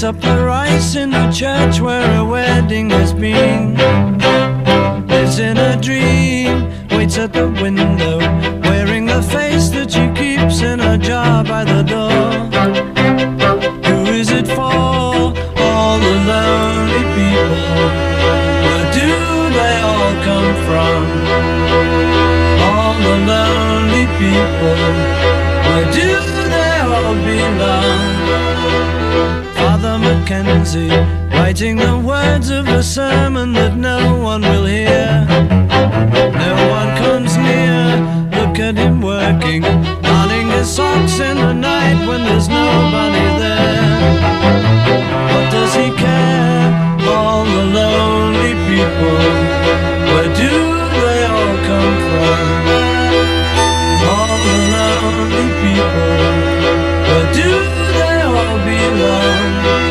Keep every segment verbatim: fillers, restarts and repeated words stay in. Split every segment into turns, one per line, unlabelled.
Heats up the rice in the church where a wedding has been. Lives in a dream, waits at the window, wearing the face that she keeps in a jar by the door. Who is it for? All the lonely people. Where do they all come from? All the lonely people. Where do they all belong? Father Mackenzie, writing the words of a sermon that no one will hear. No one comes near. Look at him working, darning his socks in the night when there's nobody there. What does he care? All the lonely people. Where do they all come from? All the lonely people. Where do they all belong?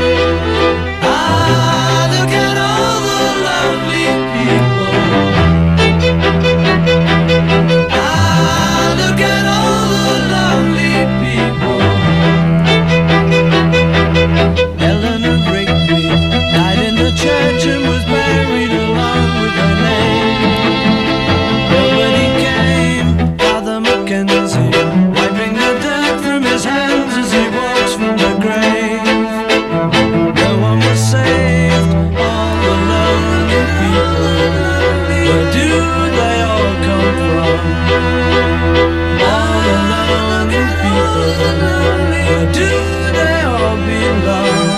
Ah, look at all the lonely people. Ah, look at all the lonely people. Eleanor Rigby died in the church and was buried along with her name. Nobody came, Father Mackenzie, wiping the dirt from his hands as he walks from the grave. No one was saved, all the lonely people. Where do they all come from? All the lonely people. Where do they all belong?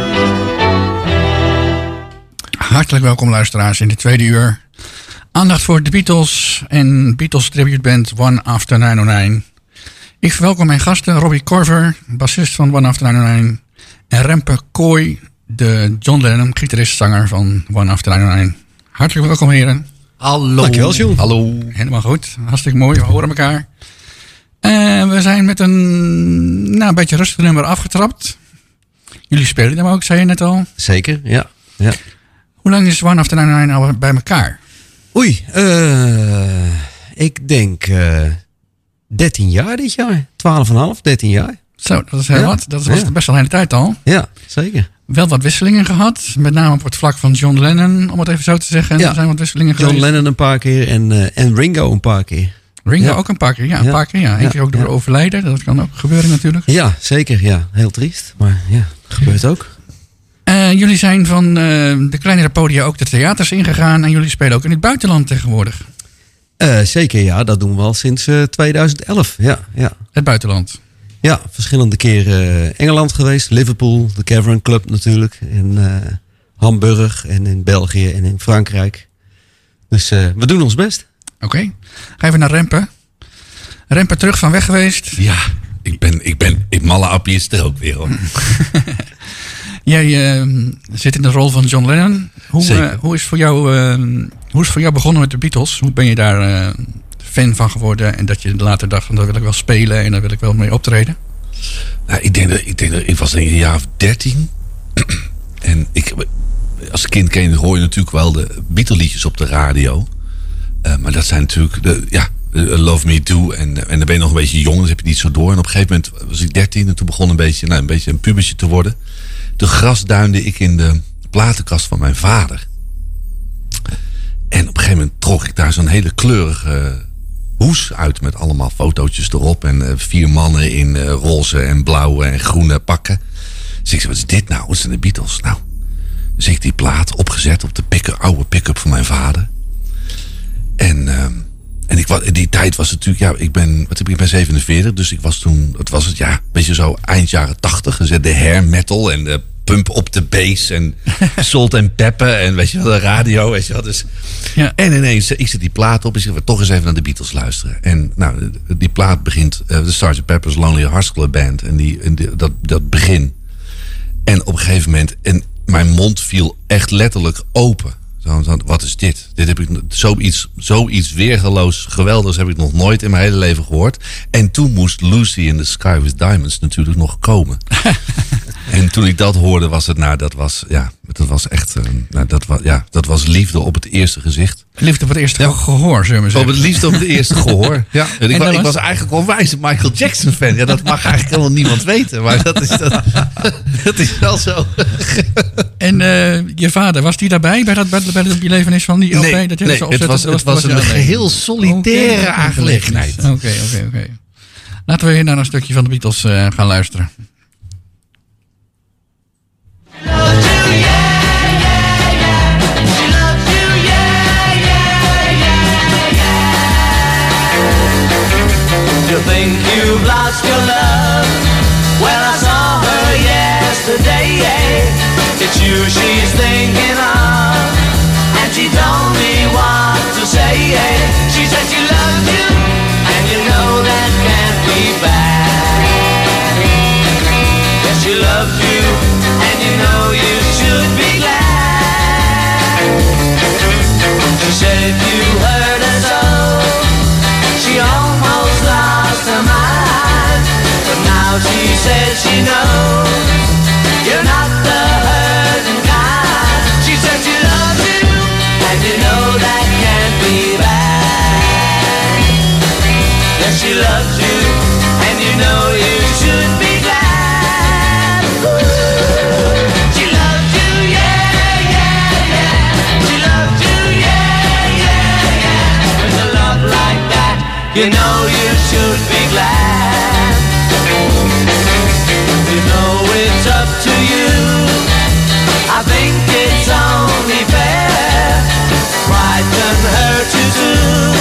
Hartelijk welkom luisteraars in de tweede uur. Aandacht voor de Beatles en Beatles tributeband One After negen Ik verwelkom mijn gasten Robbie Corver, bassist van One After negen en Rempe Kooi, de John Lennon, gitarist-zanger van One After negen Hartelijk welkom heren.
Hallo.
Dankjewel, Jules.
Hallo. Helemaal goed, hartstikke mooi, we horen elkaar. En we zijn met een, nou, een beetje rustig nummer afgetrapt. Jullie spelen hem ook, zei je net al.
Zeker, ja. ja.
Hoe lang is One After negen al bij elkaar?
Oei, uh, ik denk uh, dertien jaar dit jaar. twaalf komma vijf, dertien jaar.
Zo, dat is heel
Ja.
wat. Dat was
Ja.
best wel een hele tijd al.
Ja, zeker.
Wel wat wisselingen gehad. Met name op het vlak van John Lennon, om het even zo te zeggen.
Ja.
Er zijn wat wisselingen
John
geweest.
Lennon een paar keer en, uh, en Ringo een paar keer.
Ringo
Ja.
ook een paar keer. Ja, een
Ja.
paar keer. Ja. Eén
Ja.
keer ook door
Ja.
overlijden. Dat kan ook gebeuren natuurlijk.
Ja, zeker. Ja, heel triest. Maar ja, gebeurt ook.
Uh, jullie zijn van uh, de kleinere podia ook de theaters ingegaan. En jullie spelen ook in het buitenland tegenwoordig.
Uh, zeker, ja. Dat doen we al sinds uh, tweeduizend elf. Ja, ja.
Het buitenland.
ja, verschillende keren uh, Engeland geweest. Liverpool, de Cavern Club natuurlijk. In uh, Hamburg en in België en in Frankrijk. Dus uh, we doen ons best.
Oké. Okay. Ga even naar Rempe. Rempe terug van weg geweest.
Ja, ik ben, ik ben, ik malle appie is er ook weer hoor.
Jij uh, zit in de rol van John Lennon. Hoe, uh, hoe, is voor jou, uh, hoe is voor jou begonnen met de Beatles? Hoe ben je daar uh, fan van geworden? En dat je later dacht van daar wil ik wel spelen en daar wil ik wel mee optreden?
Nou, ik denk dat ik, denk dat, ik was denk ik een jaar of dertien. En ik, als kind ken, hoor je natuurlijk wel de Beatle-liedjes op de radio. Uh, maar dat zijn natuurlijk, de, ja, Love Me Do. En, en dan ben je nog een beetje jong, dus heb je niet zo door. En op een gegeven moment was ik dertien en toen begon een beetje, nou, een beetje een pubertje te worden. Toen grasduinde ik in de platenkast van mijn vader. En op een gegeven moment trok ik daar zo'n hele kleurige hoes uit met allemaal fotootjes erop. En uh, vier mannen in uh, roze en blauwe en groene pakken. Dus ik zei, wat is dit nou? Wat zijn de Beatles? Nou, dus ik die plaat opgezet op de pick- oude pick-up van mijn vader. En, uh, en ik, die tijd was natuurlijk, ja, ik ben, wat heb ik, ik ben zevenenveertig. Dus ik was toen, het was het, ja, een beetje zo eind jaren tachtig. De hair metal en de pump op de bass en salt en pepper en weet je wel, de radio, weet je wel. Dus, ja. En ineens, ik zet die plaat op en zeg, we toch eens even naar de Beatles luisteren. En nou, die plaat begint, uh, de sergeant Pepper's Lonely Hearts Club Band. En, die, en die, dat, dat begin. En op een gegeven moment, en mijn mond viel echt letterlijk open. Zo, zo, wat is dit? Dit heb ik zoiets, zoiets weergeloos geweldigs heb ik nog nooit in mijn hele leven gehoord. En toen moest Lucy in the Sky with Diamonds natuurlijk nog komen. En toen ik dat hoorde, was het, nou, dat was, ja, dat was echt, uh, nou, dat was, ja, dat was liefde op het eerste gezicht.
Liefde op het eerste ja. gehoor, zullen we
Op
zeggen.
het liefde op het eerste gehoor. Ja. En ik,
en
was,
was...
ik was eigenlijk onwijs een Michael Jackson fan. Ja, dat mag eigenlijk helemaal niemand weten, maar dat is, dat, dat is wel zo.
En uh, je vader, was die daarbij bij, dat, bij, bij de belevenis van die L P?
Nee,
dat je
nee
zo
het was, het was, was een geheel solidaire okay, aangelegenheid.
Oké, okay, oké, okay, oké. Okay. Laten we weer naar een stukje van de Beatles uh, gaan luisteren.
You think you've lost your love? Well, I saw her yesterday. It's you she's thinking of, and she told me what to say. She said she loved you, and you know that can't be bad. Yes, she loved you, and you know you should be glad. She said you hurt her so, she almost lost her mind. But now she says she knows you're not the hurting kind. She said she loves you, and you know that can't be bad. Yes, she loves you, and you know you should be glad. Ooh. She loves you, yeah, yeah, yeah. She loves you, yeah, yeah, yeah. With a love like that, you know you should be glad. You know it's up to you. I think it's only fair. Pride can hurt you too.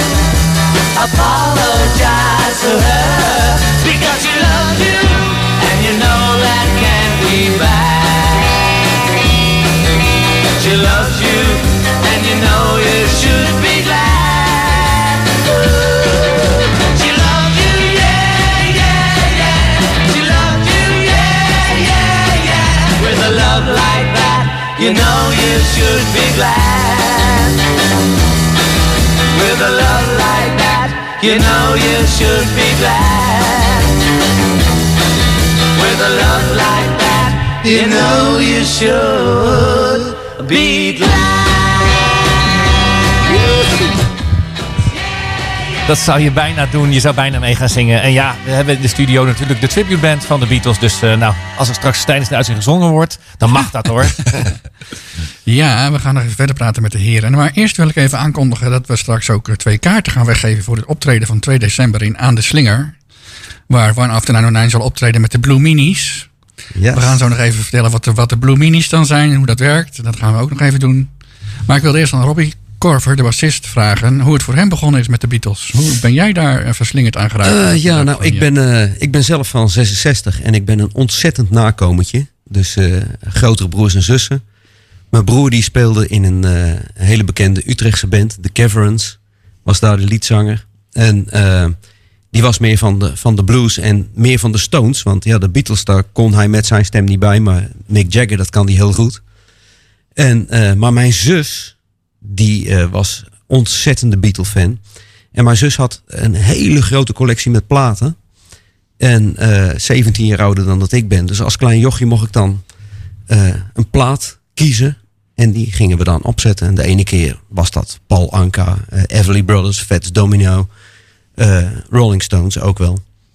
Apologize to her, because she loves you, and you know that can't be bad. She loves you, and you know you should be glad. Ooh. She loves you, yeah, yeah, yeah. She loves you, yeah, yeah, yeah. With a love like that, you know you should be glad. With a love like that, you know you should be glad. With a love like that, you know you should be glad.
Dat zou je bijna doen. Je zou bijna mee gaan zingen. En ja, we hebben in de studio natuurlijk de tributeband van de Beatles. Dus uh, nou, als er straks tijdens de uitzending gezongen wordt, dan mag dat hoor.
Ja, we gaan nog even verder praten met de heren. Maar eerst wil ik even aankondigen dat we straks ook twee kaarten gaan weggeven voor het optreden van twee december in Aan de Slinger. Waar One After nine oh nine zal optreden met de Blue Minis. Yes. We gaan zo nog even vertellen wat de, wat de Blue Minis dan zijn en hoe dat werkt. Dat gaan we ook nog even doen. Maar ik wil eerst aan Robbie Korver, de bassist, vragen hoe het voor hem begonnen is met de Beatles. Hoe ben jij daar verslingerd aan geraakt?
Uh, ja, nou, ik ben, uh, ik ben zelf van zesenzestig en ik ben een ontzettend nakomertje. Dus uh, grotere broers en zussen. Mijn broer die speelde in een uh, hele bekende Utrechtse band, The Caverns. Was daar de liedzanger. En uh, die was meer van de, van de blues en meer van de Stones. Want ja, de Beatles, daar kon hij met zijn stem niet bij. Maar Mick Jagger, dat kan hij heel goed. En, uh, maar mijn zus, die uh, was ontzettende Beatle-fan. En mijn zus had een hele grote collectie met platen. En uh, zeventien jaar ouder dan dat ik ben. Dus als klein jochie mocht ik dan uh, een plaat kiezen. En die gingen we dan opzetten. En de ene keer was dat Paul Anka, uh, Everly Brothers, Fats Domino, uh, Rolling Stones ook wel.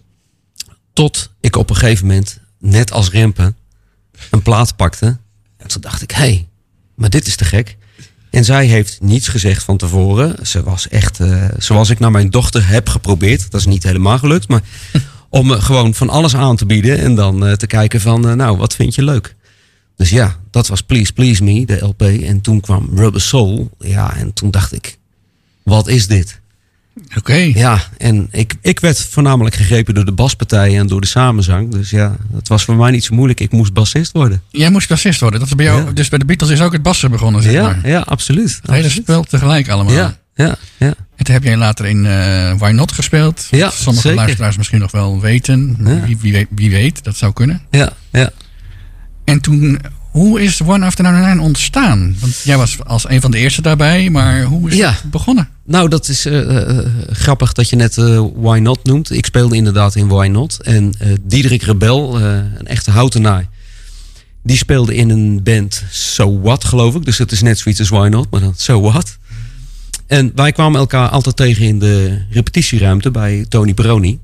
Tot ik op een gegeven moment, net als Rempen, een plaat pakte. En toen dacht ik, hé, hey, maar dit is te gek. En zij heeft niets gezegd van tevoren. Ze was echt, uh, zoals ik naar mijn dochter heb geprobeerd. Dat is niet helemaal gelukt, maar om uh, gewoon van alles aan te bieden. En dan uh, te kijken van, uh, nou, wat vind je leuk? Dus ja, dat was Please Please Me, de L P. En toen kwam Rubber Soul. Ja, en toen dacht ik, wat is dit?
Oké. Okay.
Ja, en ik, ik werd voornamelijk gegrepen door de baspartijen en door de samenzang. Dus ja, dat was voor mij niet zo moeilijk. Ik moest bassist worden.
Jij moest bassist worden. Dat is bij jou, ja. Dus bij de Beatles is ook het bassen begonnen, zeg
ja,
maar.
Ja, absoluut.
Het hele spel tegelijk allemaal.
Ja, ja, ja.
En toen heb jij later in uh, Why Not gespeeld.
Ja,
sommige
zeker.
luisteraars misschien nog wel weten. Ja. Wie, wie, wie weet, dat zou kunnen.
Ja, ja.
En toen, hoe is One After nine oh nine ontstaan? Want jij was als een van de eerste daarbij, maar hoe is ja. het begonnen?
Nou, dat is uh, uh, grappig dat je net uh, Why Not noemt. Ik speelde inderdaad in Why Not. En uh, Diederik Rebel, uh, een echte houtenaar, Die speelde in een band So What, geloof ik. Dus het is net zoiets als Why Not, maar dan So What. En wij kwamen elkaar altijd tegen in de repetitieruimte bij Tony Peroni.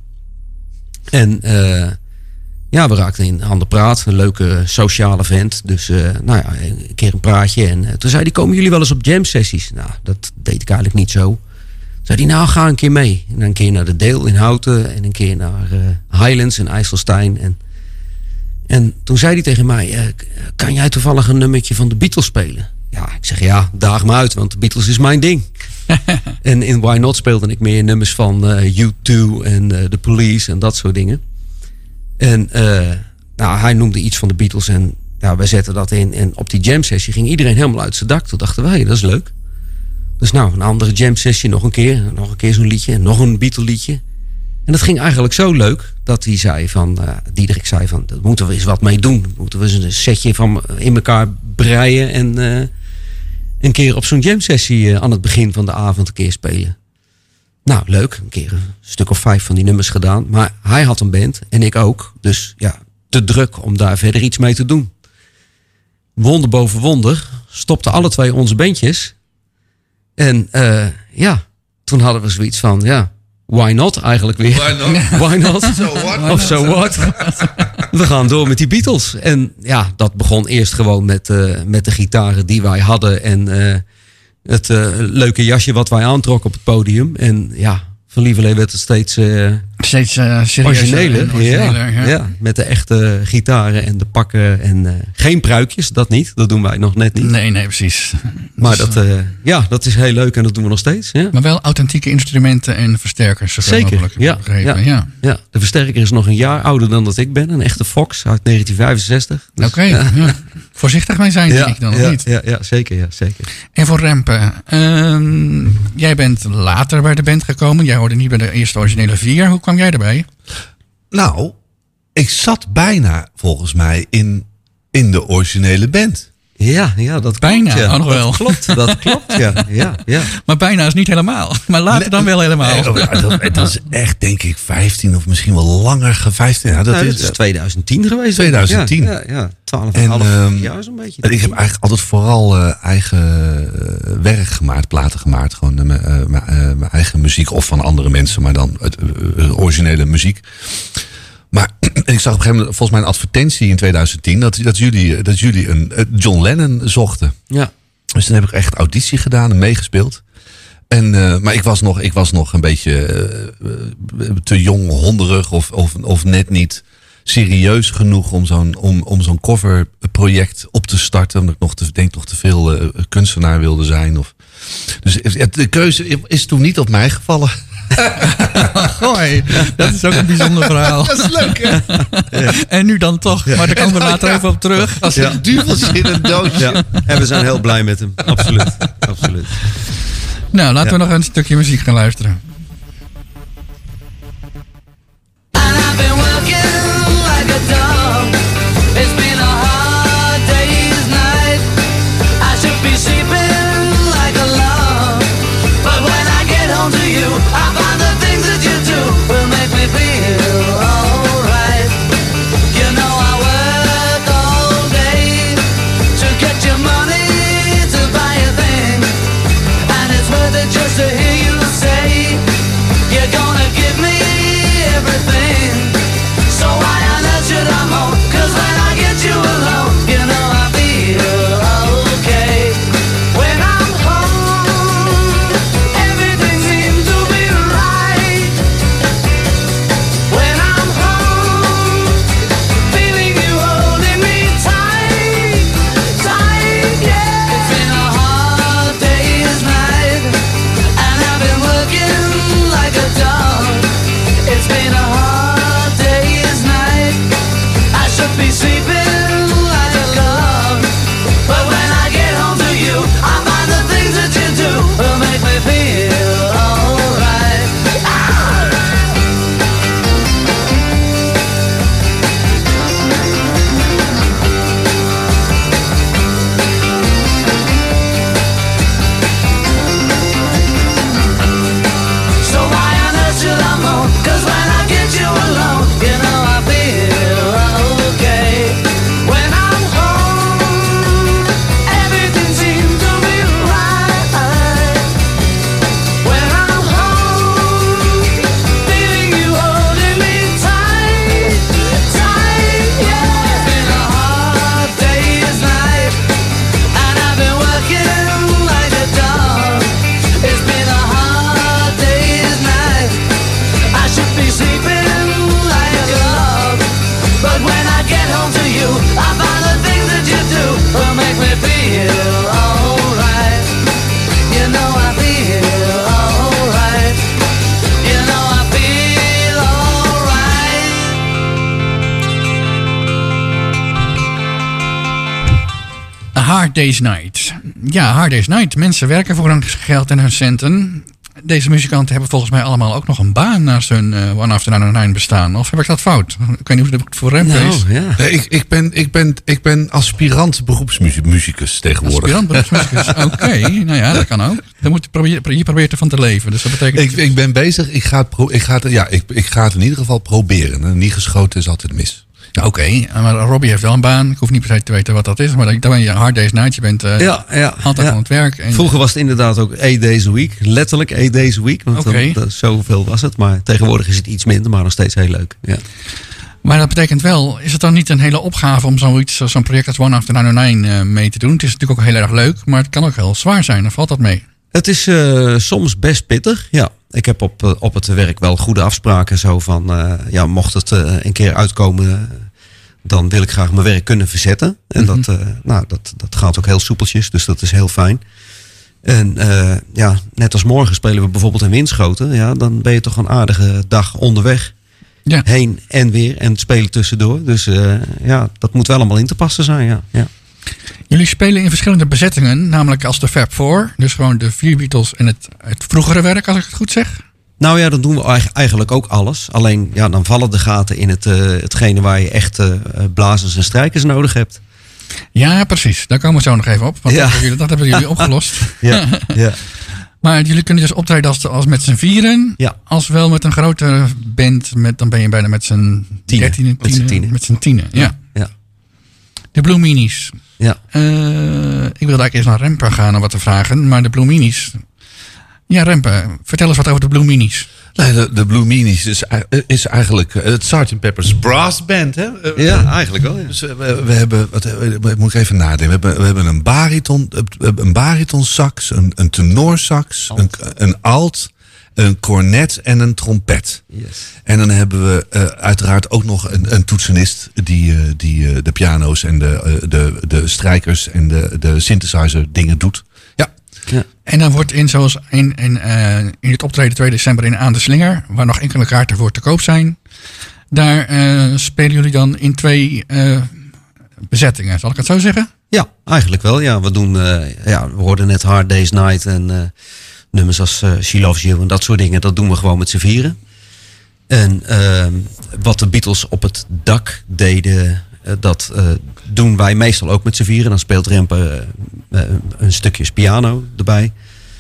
En uh, ja, we raakten in handen praat. Een leuke sociale vent. Dus uh, nou ja, een keer een praatje. En uh, toen zei hij, komen jullie wel eens op jam sessies? Nou, dat deed ik eigenlijk niet zo. Zei hij, nou ga een keer mee. En een keer naar de Deel in Houten. En een keer naar uh, Highlands in IJsselstein. En, en toen zei hij tegen mij, uh, kan jij toevallig een nummertje van de Beatles spelen? Ja, ik zeg ja, daag me uit, want de Beatles is mijn ding. En in Why Not speelde ik meer nummers van uh, U twee en uh, The Police en dat soort dingen. En uh, nou, hij noemde iets van de Beatles en ja, wij zetten dat in. En op die jam sessie ging iedereen helemaal uit zijn dak. Toen dachten wij, dat is leuk. Dus nou, een andere jam sessie, nog een keer. Nog een keer zo'n liedje en nog een Beatle liedje. En dat ging eigenlijk zo leuk dat hij zei van, uh, Diederik zei van, daar moeten we eens wat mee doen. Moeten we eens een setje van in elkaar breien en uh, een keer op zo'n jam sessie uh, aan het begin van de avond een keer spelen. Nou, leuk. Een keer een stuk of vijf van die nummers gedaan. Maar hij had een band en ik ook. Dus ja, te druk om daar verder iets mee te doen. Wonder boven wonder. Stopten alle twee onze bandjes. En uh, ja, toen hadden we zoiets van, ja, why not eigenlijk weer?
Why not?
Why not?
So what?
Of so what? We gaan door met die Beatles. En ja, dat begon eerst gewoon met, uh, met de gitaren die wij hadden. En uh, het uh, leuke jasje wat wij aantrokken op het podium. En ja, van lieverlee werd het steeds, uh,
steeds uh,
origineler. Ja, ja. ja, met de echte gitaren en de pakken. En uh, geen pruikjes, dat niet. Dat doen wij nog net niet.
Nee, nee, precies.
Maar dat, uh, ja, dat is heel leuk en dat doen we nog steeds. Ja.
Maar wel authentieke instrumenten en versterkers.
Zeker, mogelijk, ja, ja, ja. ja. De versterker is nog een jaar ouder dan dat ik ben. Een echte Fox uit negentien vijfenzestig. Dus,
Oké, okay, ja. ja. Voorzichtig mee zijn, denk
ja,
ik dan, of
ja,
niet?
Ja, ja, zeker, ja, zeker.
En voor Rempe, uh, jij bent later bij de band gekomen. Jij hoorde niet bij de eerste originele vier. Hoe kwam jij erbij?
Nou, ik zat bijna volgens mij in, in de originele band.
Ja, ja, dat
bijna,
klopt. Ja.
nog wel.
Dat klopt, dat klopt, ja. ja, ja.
Maar bijna is niet helemaal. Maar later nee, dan wel helemaal.
Nee, dat, dat is echt, denk ik, vijftien of misschien wel langer. vijftien, ja, dat,
nou,
is,
dat is twintig tien geweest.
twintig tien.
Ja, ja, twaalf en een half jaar zo'n beetje.
En ik heb eigenlijk altijd vooral uh, eigen uh, werk gemaakt, platen gemaakt. Gewoon uh, mijn uh, uh, eigen muziek of van andere mensen, maar dan uh, uh, originele muziek. Maar ik zag op een gegeven moment volgens mij een advertentie in twintig tien dat, dat, jullie, dat jullie een John Lennon zochten.
Ja.
Dus toen heb ik echt auditie gedaan en meegespeeld. En, uh, maar ik was, nog, ik was nog een beetje uh, te jong, honderig of, of, of net niet serieus genoeg om zo'n, om, om zo'n coverproject op te starten. Omdat ik nog te, denk nog te veel uh, kunstenaar wilde zijn. Of, dus de keuze is toen niet op mij gevallen.
Gooi, dat is ook een bijzonder verhaal.
Dat is leuk, hè?
Ja. En nu dan toch, maar daar komen we later ja. even op terug.
Als een ja. duvels in een doosje. Ja.
En we zijn heel blij met hem, absoluut. absoluut.
Nou, laten ja. we nog een stukje muziek gaan luisteren.
Just to hear you say
Hard Day's Night. Ja, Hard Day's Night. Mensen werken voor hun geld en hun centen. Deze muzikanten hebben volgens mij allemaal ook nog een baan naast hun uh, One After Nine bestaan. Of heb ik dat fout? Ik weet niet hoe het voor Rempe
Nou,
is.
ja.
Nee, ik, ik, ben, ik, ben, ik ben aspirant beroepsmuzikus tegenwoordig.
Aspirant beroepsmuzikus. Oké, okay, nou ja, dat kan ook. Dan moet je, proberen, je probeert ervan te leven. Dus dat betekent...
Ik, ik ben bezig. Ik ga, het pro, ik, ga het, ja, ik, ik ga het in ieder geval proberen. Niet geschoten is altijd mis.
Ja, Oké, okay, maar Robbie heeft wel een baan. Ik hoef niet per se te weten wat dat is. Maar dan ben je Hard Day's Night. Je bent uh,
Ja, ja,
altijd
ja.
aan het werk. En
Vroeger was het inderdaad ook eight days a week. Letterlijk eight days a week. Want
Oké.
dan, dat, zoveel was het. Maar tegenwoordig is het iets minder, maar nog steeds heel leuk. Ja.
Maar dat betekent wel, is het dan niet een hele opgave om zoiets, zo'n project als One After nine uh, mee te doen? Het is natuurlijk ook heel erg leuk, maar het kan ook heel zwaar zijn. Dan valt dat mee.
Het is uh, soms best pittig, ja. Ik heb op, uh, op het werk wel goede afspraken. Zo van, uh, ja, mocht het uh, een keer uitkomen, uh, dan wil ik graag mijn werk kunnen verzetten. En
Mm-hmm.
dat, uh, nou, dat, dat gaat ook heel soepeltjes, dus dat is heel fijn. En uh, ja, net als morgen spelen we bijvoorbeeld in Winschoten. Ja, dan ben je toch een aardige dag onderweg.
Ja.
Heen en weer en het spelen tussendoor. Dus uh, ja, dat moet wel allemaal in te passen zijn, ja. ja.
Jullie spelen in verschillende bezettingen, namelijk als de Fab Four. Dus gewoon de vier Beatles en het, het vroegere werk, als ik het goed zeg.
Nou ja, dan doen we eig- eigenlijk ook alles. Alleen ja, dan vallen de gaten in het, uh, hetgene waar je echt uh, blazers en strijkers nodig hebt.
Ja, precies. Daar komen we zo nog even op. Want
Ja.
dat, hebben jullie, dat hebben jullie opgelost.
Ja, ja.
Maar jullie kunnen dus optreden als, als met z'n vieren.
Ja.
Als wel met een grote band. Met, dan ben je bijna met z'n
Tienen.
dertienen.
Met z'n tienen.
Met z'n tienen, ja.
Ja.
De Blue Minis.
Ja.
Uh, ik wilde eigenlijk eerst naar Rempe gaan om wat te vragen. Maar de Blue Minis. Ja, Rempe, vertel eens wat over de Blue Minis.
Nee, de, de Blue Minis is, is eigenlijk het sergeant Pepper's Brass Band. Hè?
Ja, eigenlijk wel. Ja.
Dus we, we hebben, wat, moet ik even nadenken. We hebben, we hebben een bariton, een bariton sax, een, een tenor sax, een, een alt, een cornet en een trompet.
Yes.
En dan hebben we uh, uiteraard ook nog een, een toetsenist die, uh, die uh, de piano's en de, uh, de, de strijkers en de, de synthesizer dingen doet. Ja.
Ja.
En dan wordt in, zoals in, in, uh, in het optreden twee december in Aan de Slinger, waar nog enkele kaarten voor te koop zijn, daar uh, spelen jullie dan in twee uh, bezettingen. Zal ik het zo zeggen?
Ja, eigenlijk wel. Ja, we doen, uh, ja, we hoorden net Hard Day's Night en uh, nummers als uh, She Loves You en dat soort dingen. Dat doen we gewoon met z'n vieren. En uh, wat de Beatles op het dak deden, uh, dat uh, doen wij meestal ook met z'n vieren. Dan speelt Rempe uh, uh, een stukje piano erbij.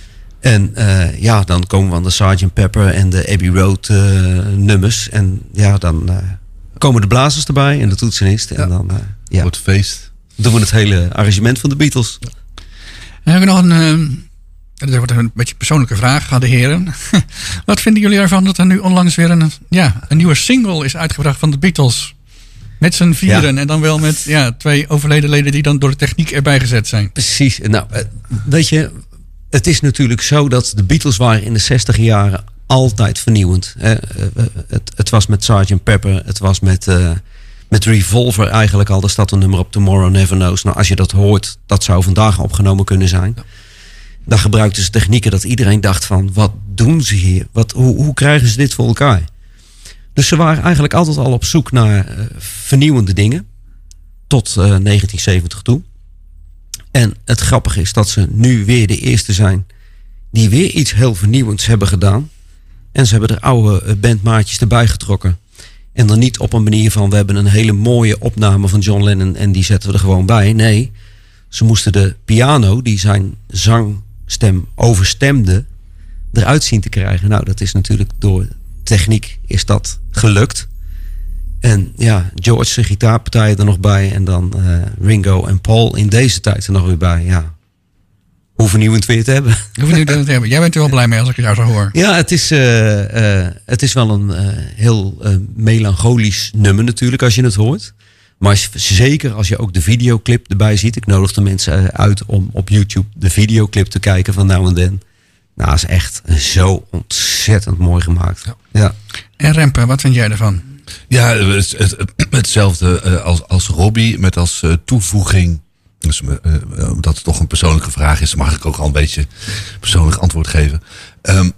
En uh, ja, dan komen we aan de sergeant Pepper en de Abbey Road uh, nummers. En ja, dan uh, komen de blazers erbij en de toetsenist. En
Ja.
dan uh, ja,
Wordt feest.
doen we het hele arrangement van de Beatles.
Dan heb ik nog een, uh, dat wordt een beetje een persoonlijke vraag aan de heren. Wat vinden jullie ervan dat er nu onlangs weer een, ja, een nieuwe single is uitgebracht van de Beatles? Met z'n vieren
Ja.
en dan wel met ja, twee overleden leden die dan door de techniek erbij gezet zijn.
Precies. Nou, uh, weet je, het is natuurlijk zo dat de Beatles waren in de zestig jaren altijd vernieuwend. Hè. Uh, uh, het, het was met sergeant Pepper, het was met, uh, met Revolver eigenlijk al. Daar staat een nummer op, Tomorrow Never Knows. Nou, als je dat hoort, dat zou vandaag opgenomen kunnen zijn. Ja. Dan gebruikten ze technieken dat iedereen dacht van, wat doen ze hier? Wat, hoe, hoe krijgen ze dit voor elkaar? Dus ze waren eigenlijk altijd al op zoek naar uh, vernieuwende dingen. Tot uh, negentien zeventig toe. En het grappige is dat ze nu weer de eerste zijn die weer iets heel vernieuwends hebben gedaan. En ze hebben er oude bandmaatjes erbij getrokken. En dan niet op een manier van, we hebben een hele mooie opname van John Lennon en die zetten we er gewoon bij. Nee, ze moesten de piano, die zijn zangstem overstemde, eruit zien te krijgen. Nou, dat is natuurlijk door techniek is dat gelukt. En ja, George zijn gitaarpartijen er nog bij. En dan uh, Ringo en Paul in deze tijd er nog weer bij. Ja, hoe vernieuwend wil je het hebben?
Hoe vernieuwend wil je het hebben? Jij bent er wel blij mee als ik het jou zo hoor.
Ja, het is, uh, uh, het is wel een uh, heel uh, melancholisch nummer natuurlijk als je het hoort. Maar als, zeker als je ook de videoclip erbij ziet. Ik nodig de mensen uit om op YouTube de videoclip te kijken van Now and Then. Nou, is echt zo ontzettend mooi gemaakt. Ja. Ja.
En Rempe, wat vind jij ervan?
Ja, het, het, hetzelfde uh, als, als Robbie, met als uh, toevoeging. Dus, uh, uh, dat het toch een persoonlijke vraag is, mag ik ook al een beetje persoonlijk antwoord geven. Um,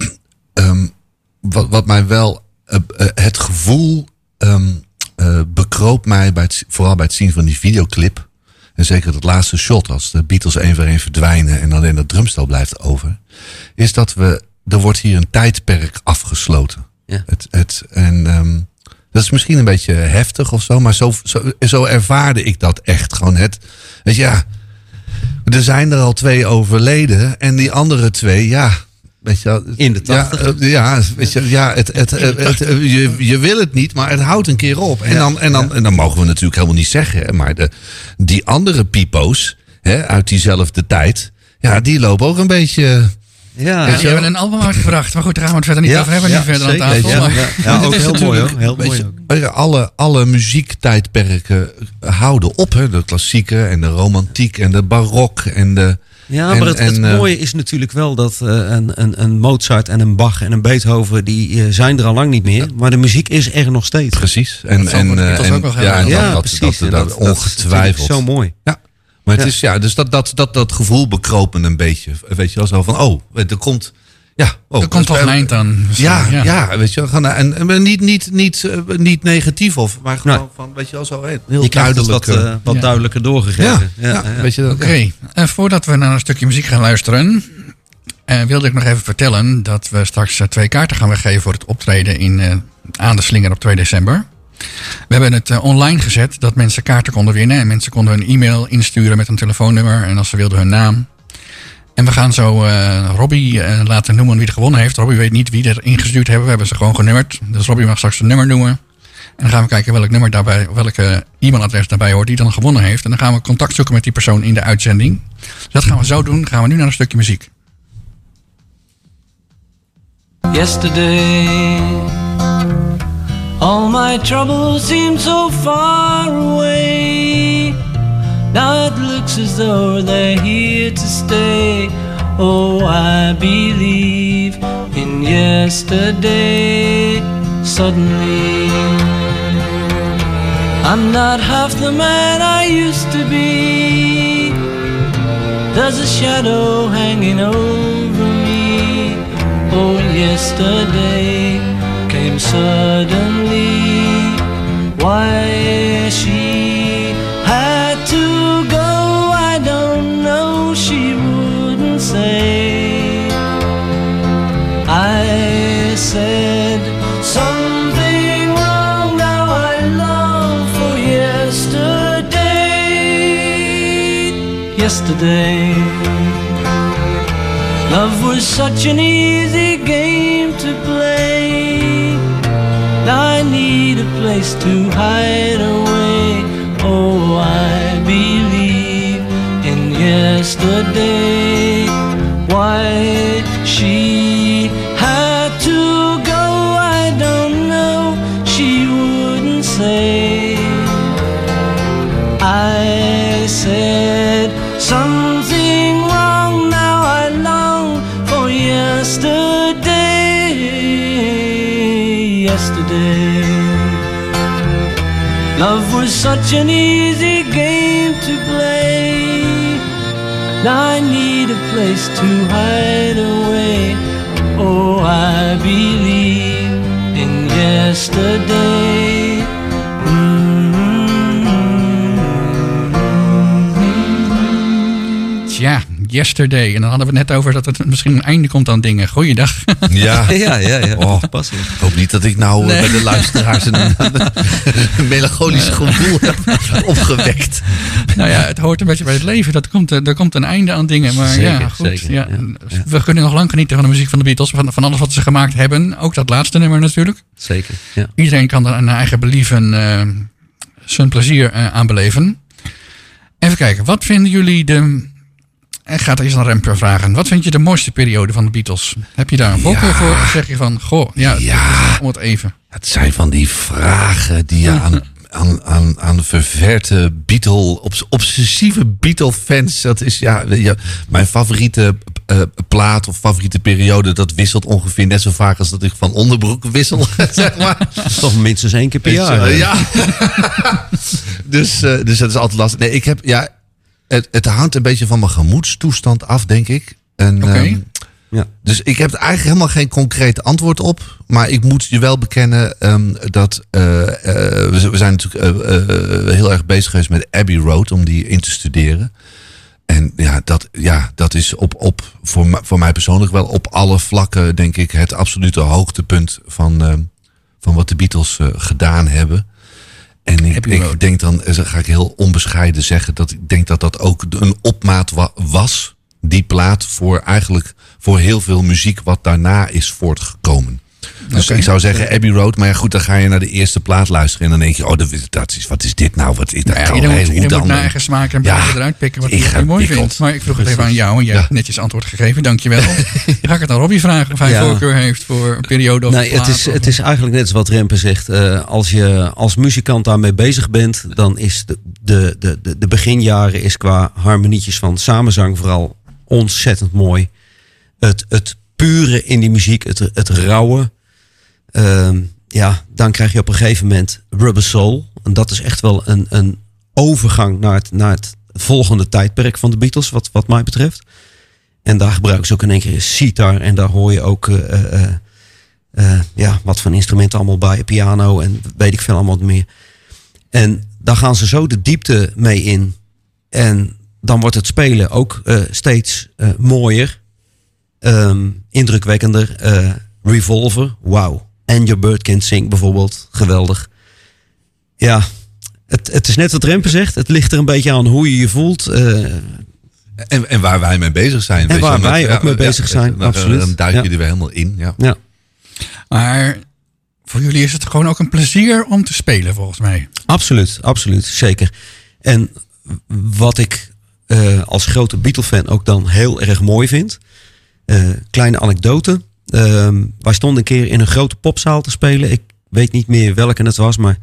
um, wat, wat mij wel, uh, uh, het gevoel um, uh, bekroop mij, bij het, vooral bij het zien van die videoclip. en zeker dat laatste shot, als de Beatles één voor één verdwijnen en alleen dat drumstel blijft over, is dat we, er wordt hier een tijdperk afgesloten.
Ja.
Het, het, en um, dat is misschien een beetje heftig of zo, maar zo, zo, zo ervaarde ik dat echt. Gewoon het, weet je, ja, er zijn er al twee overleden en die andere twee, ja... Weet je wel,
in de tachtig.
Ja, ja, weet je, ja het, het, het, het, je, je wil het niet, maar het houdt een keer op. En dan, en dan, en dan mogen we natuurlijk helemaal niet zeggen. Maar de, die andere pipo's hè, uit diezelfde tijd, ja, die lopen ook een beetje...
Ja, ja, die hebben een album uitgebracht. Maar goed, daar gaan we het verder niet
ja,
over hebben.
Ja,
niet verder
zeker,
aan tafel.
Ja,
maar,
ja, ja, ook heel mooi hoor. Heel mooi
je,
ook.
Alle, alle muziektijdperken houden op. Hè? De klassieke en de romantiek en de barok en de...
Ja,
en,
maar het, het
en,
mooie is natuurlijk wel dat uh, een, een, een Mozart en een Bach en een Beethoven, die uh, zijn er al lang niet meer. Ja. Maar de muziek is er nog steeds.
Precies. En, en, uh, en, en ja, en
ja,
dat,
precies.
Dat, dat, dat, dat ongetwijfeld.
Dat is zo mooi.
Ja. Maar het
ja.
is, ja, dus dat, dat, dat, dat gevoel bekroop me een beetje. Weet je wel, zo van, oh, er komt... Ja, oh,
er komt toch een eind aan.
Ja, ja, ja, weet je wel. En, en niet, niet, niet, niet negatief, of, maar gewoon
nee.
van, weet je wel, zo heel
je
duidelijk.
Wat, uh, wat
ja.
duidelijker doorgegeven.
Ja,
ja,
ja, ja. Weet je dat.
Oké, okay. En voordat we naar een stukje muziek gaan luisteren, uh, wilde ik nog even vertellen dat we straks uh, twee kaarten gaan weggeven voor het optreden in uh, Aan de Slinger op twee december. We hebben het uh, online gezet dat mensen kaarten konden winnen. En mensen konden een e-mail insturen met een telefoonnummer en als ze wilden hun naam. En we gaan zo uh, Robbie uh, laten noemen wie er gewonnen heeft. Robbie weet niet wie er ingestuurd hebben. We hebben ze gewoon genummerd. Dus Robbie mag straks een nummer noemen. En dan gaan we kijken welk nummer daarbij, welke e-mailadres daarbij hoort die dan gewonnen heeft. En dan gaan we contact zoeken met die persoon in de uitzending. Dus dat gaan we zo doen. Dan gaan we nu naar een stukje muziek.
Yesterday, all my troubles seem so far away. Now it looks as though they're here to stay. Oh, I believe in yesterday. Suddenly, I'm not half the man I used to be. There's a shadow hanging over me. Oh, yesterday came suddenly. Why she had to go, I don't know, she wouldn't say. I said something wrong, now I long for yesterday. Yesterday, love was such an easy game to play. Now I need a place to hide away. Oh, I believe in yesterday. Why she had to go, I don't know, she wouldn't say. I said something wrong, now I long for yesterday. Yesterday, love was such an easy game to play. Now I need a place to hide away. Oh, I believe in yesterday. Mm-hmm.
Tja, yesterday. En dan hadden we het net over dat het misschien een einde komt aan dingen. Goeiedag.
Ja,
ja, ja, ja.
Oh, ik hoop niet dat ik nou nee. bij de luisteraars een, een melancholisch gevoel heb opgewekt.
Nou ja, het hoort een beetje bij het leven. Dat komt, er komt een einde aan dingen. Maar zeker, ja, goed.
Zeker,
ja.
Ja.
We kunnen nog lang genieten van de muziek van de Beatles. Van, van alles wat ze gemaakt hebben. Ook dat laatste nummer natuurlijk.
Zeker, ja.
Iedereen kan er een eigen believen uh, zijn plezier uh, aan beleven. Even kijken, wat vinden jullie de... Ik ga het eerst aan Remper vragen. Wat vind je de mooiste periode van de Beatles? Heb je daar een voorkeur ja. voor? Of zeg je van, goh, ja,
ja.
om het even.
Het zijn van die vragen die je aan, aan, aan, aan ververte Beatle, obsessieve Beatle-fans, dat is ja, ja mijn favoriete uh, plaat of favoriete periode, dat wisselt ongeveer net zo vaak als dat ik van onderbroek wissel, zeg maar.
Toch minstens één keer per jaar.
Uh, ja. dus, uh, dus dat is altijd lastig. Nee, ik heb, ja... Het, het hangt een beetje van mijn gemoedstoestand af, denk ik. En,
okay.
um,
Ja.
Dus ik heb er eigenlijk helemaal geen concreet antwoord op. Maar ik moet je wel bekennen um, dat uh, uh, we, we zijn natuurlijk uh, uh, heel erg bezig geweest met Abbey Road om die in te studeren. En ja, dat, ja, dat is op, op, voor, m- voor mij persoonlijk wel op alle vlakken, denk ik, het absolute hoogtepunt van, uh, van wat de Beatles uh, gedaan hebben. En ik, ik denk dan, ga ik heel onbescheiden zeggen, dat ik denk dat dat ook een opmaat wa- was, die plaat, voor eigenlijk voor heel veel muziek wat daarna is voortgekomen. Dus
Okay.
ik zou zeggen Abbey Road, maar ja, goed, dan ga je naar de eerste plaat luisteren en dan denk je, oh, dat, dat is, wat is dit nou? Wat is dat?
Ja,
kan
iedereen
heel-
moet,
hoe
iedereen moet
dan?
naar eigen smaak en
Ja,
blijven eruit pikken wat
ik
hij
ga-
mooi
ik
vindt.
klopt.
Maar ik vroeg het
Precies.
even aan jou en jij
Ja.
hebt netjes antwoord gegeven. Dankjewel. Dan ga ik het aan Robbie vragen of hij
Ja.
voorkeur heeft voor een periode of
Nee,
een
het is,
plaat of-
het is eigenlijk net als wat Rempe zegt. Uh, als je als muzikant daarmee bezig bent, dan is de, de, de, de, de beginjaren is qua harmonietjes van samenzang vooral ontzettend mooi. Het, het pure in die muziek, het, het rauwe. Uh, ja, dan krijg je op een gegeven moment Rubber Soul. En dat is echt wel een, een overgang naar het, naar het volgende tijdperk van de Beatles, wat, wat mij betreft. En daar gebruiken ze ook in één keer sitar. En daar hoor je ook uh, uh, uh, ja, wat voor instrumenten allemaal bij. Piano en weet ik veel allemaal meer. En daar gaan ze zo de diepte mee in. En dan wordt het spelen ook uh, steeds uh, mooier. Um, indrukwekkender. Uh, Revolver, wauw. And Your Bird Can Sing bijvoorbeeld. Geweldig. Ja, het, het is net wat Rempe zegt. Het ligt er een beetje aan hoe je je voelt. Uh,
En, en waar wij mee bezig zijn.
En
weet
waar
je,
wij
want,
ook mee bezig zijn,
dan,
absoluut.
Dan duik je
Ja.
er weer helemaal in. Ja.
ja.
Maar voor jullie is het gewoon ook een plezier om te spelen, volgens mij.
Absoluut, absoluut, zeker. En wat ik uh, als grote Beatle-fan ook dan heel erg mooi vind. Uh, kleine anekdote. Uh, wij stonden een keer in een grote popzaal te spelen. Ik weet niet meer welke het was, maar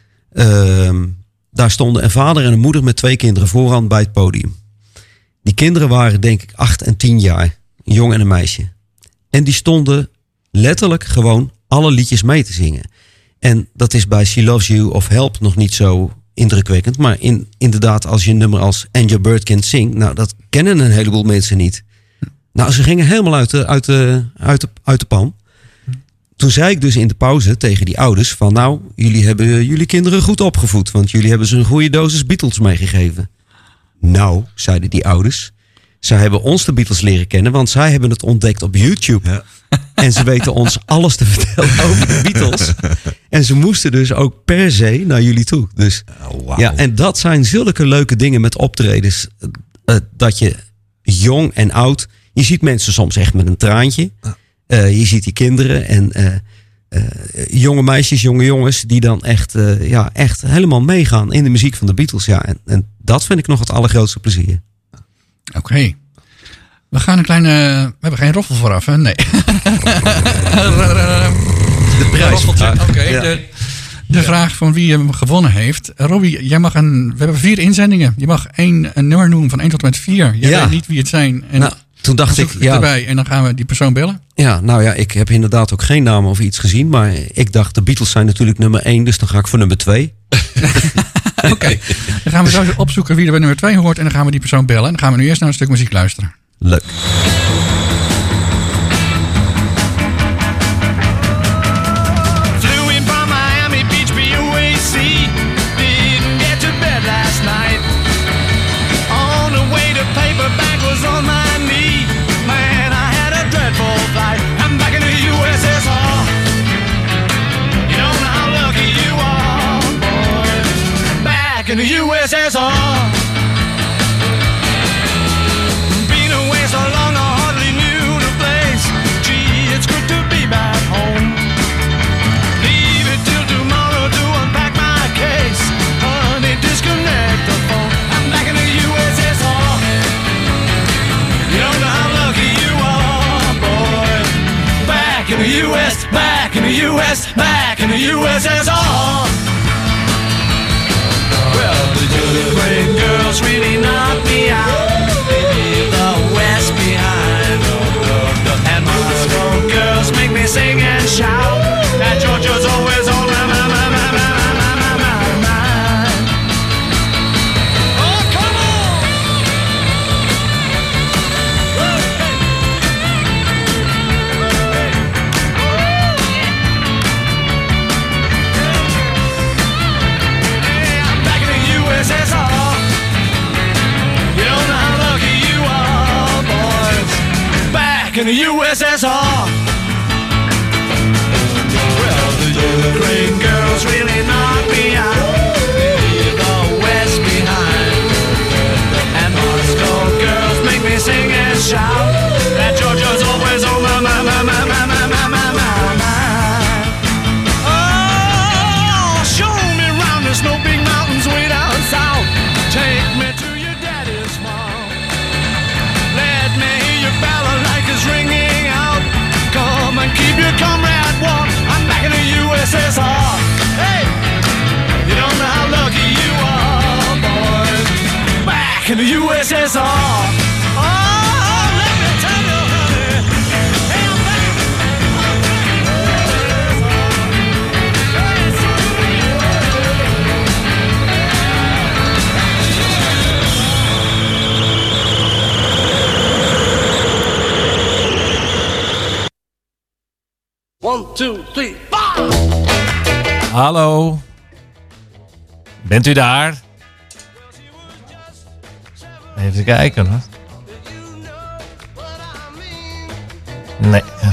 uh, daar stonden een vader en een moeder met twee kinderen vooraan bij het podium. Die kinderen waren denk ik acht en tien jaar. Een jongen en een meisje. En die stonden letterlijk gewoon alle liedjes mee te zingen. En dat is bij She Loves You of Help nog niet zo indrukwekkend. Maar in, inderdaad, als je een nummer als And Your Bird Can Sing, nou, dat kennen een heleboel mensen niet. Nou, ze gingen helemaal uit de, uit de, uit de, uit de pan. Toen zei ik dus in de pauze tegen die ouders van, nou, jullie hebben jullie kinderen goed opgevoed, want jullie hebben ze een goede dosis Beatles meegegeven. Nou, zeiden die ouders, zij hebben ons de Beatles leren kennen, want zij hebben het ontdekt op YouTube. Ja. En ze weten ons alles te vertellen over de Beatles. En ze moesten dus ook per se naar jullie toe. Dus,
Oh, wow.
ja, en dat zijn zulke leuke dingen met optredens. Uh, dat je jong en oud, je ziet mensen soms echt met een traantje. Uh, je ziet die kinderen en uh, uh, jonge meisjes, jonge jongens, die dan echt, uh, ja, echt helemaal meegaan in de muziek van de Beatles. Ja, en, en dat vind ik nog het allergrootste plezier.
Oké. Okay. We gaan een kleine... We hebben geen roffel vooraf, hè? Nee.
De prijs.
Oké, okay,
ja.
de, de vraag van wie hem gewonnen heeft. Robbie, jij mag een... We hebben vier inzendingen. Je mag één een nummer noemen van één tot en met vier. Jij
ja.
weet niet wie het zijn. En
nou, toen dacht ik...
Ja. Erbij, en dan gaan we die persoon bellen.
Ja, nou ja, ik heb inderdaad ook geen naam of iets gezien. Maar ik dacht, de Beatles zijn natuurlijk nummer één. Dus dan ga ik voor nummer twee.
Oké, okay. Dan gaan we zo opzoeken wie er bij nummer twee hoort. En dan gaan we die persoon bellen. En dan gaan we nu eerst naar een stuk muziek luisteren.
Leuk.
Flew in from Miami Beach, B O A C. Didn't get to bed last night. On the way to paperback was on my knee. Man, I had a dreadful flight. I'm back in the U S S R. You don't know how lucky you are, boy. Back in the U S S R. Been away so long I hardly knew the place. Gee, it's good to be back home. Leave it till tomorrow to unpack my case. Honey, disconnect the phone. I'm back in the U S S R. You don't know how lucky you are, boy. Back in the U S, back in the U S, back in the U S S R. Well, the Julie Quinn girls really knocked me out. They leave the West behind. And Moscow girls make me sing and shout. That Georgia's always on my, my, my, my, my, my, my, my mind. Oh, come on! Woo! in the U S S R. Well, the Ukraine girls really knock me out. Leave the West behind. And Moscow girls make me sing and shout. That Georgia's always on my, my, my, my, my, my, my, my, my, my. Oh, show me round, there's no big mountains way down south. Take me to your daddy's farm. Let me hear your balalaikas ringing out. Come and keep your comrade warm. I'm back in the U S S R. Hey, you don't know how lucky you are, boys. Back in the U S S R. Oh, let me tell you, honey. Hey, I'm back. I'm back in the U S S R. One, two, three, four.
Hallo. Bent u daar? Even kijken hoor. Nee. Ja.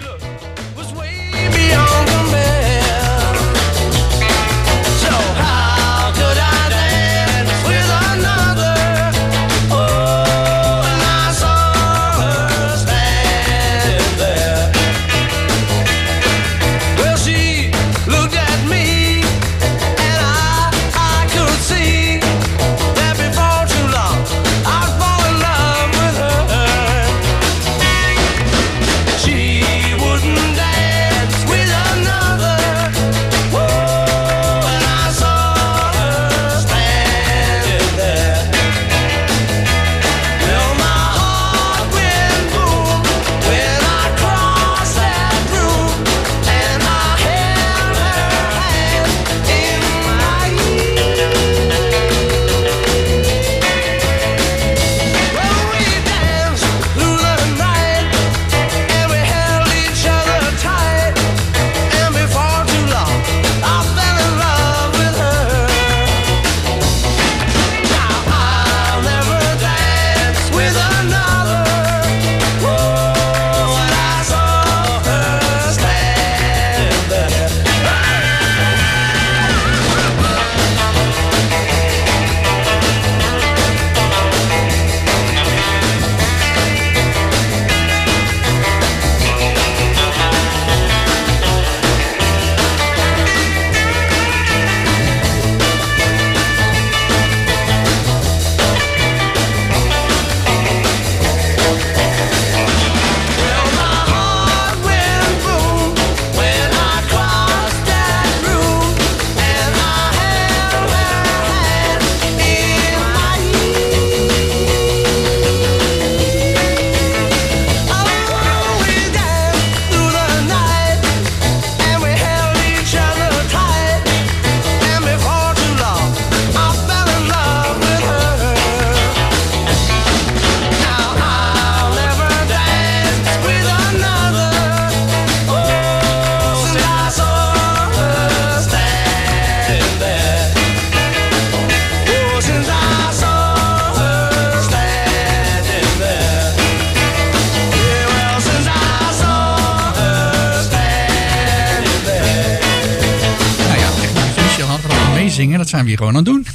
Zingen, dat zijn we hier gewoon aan het doen.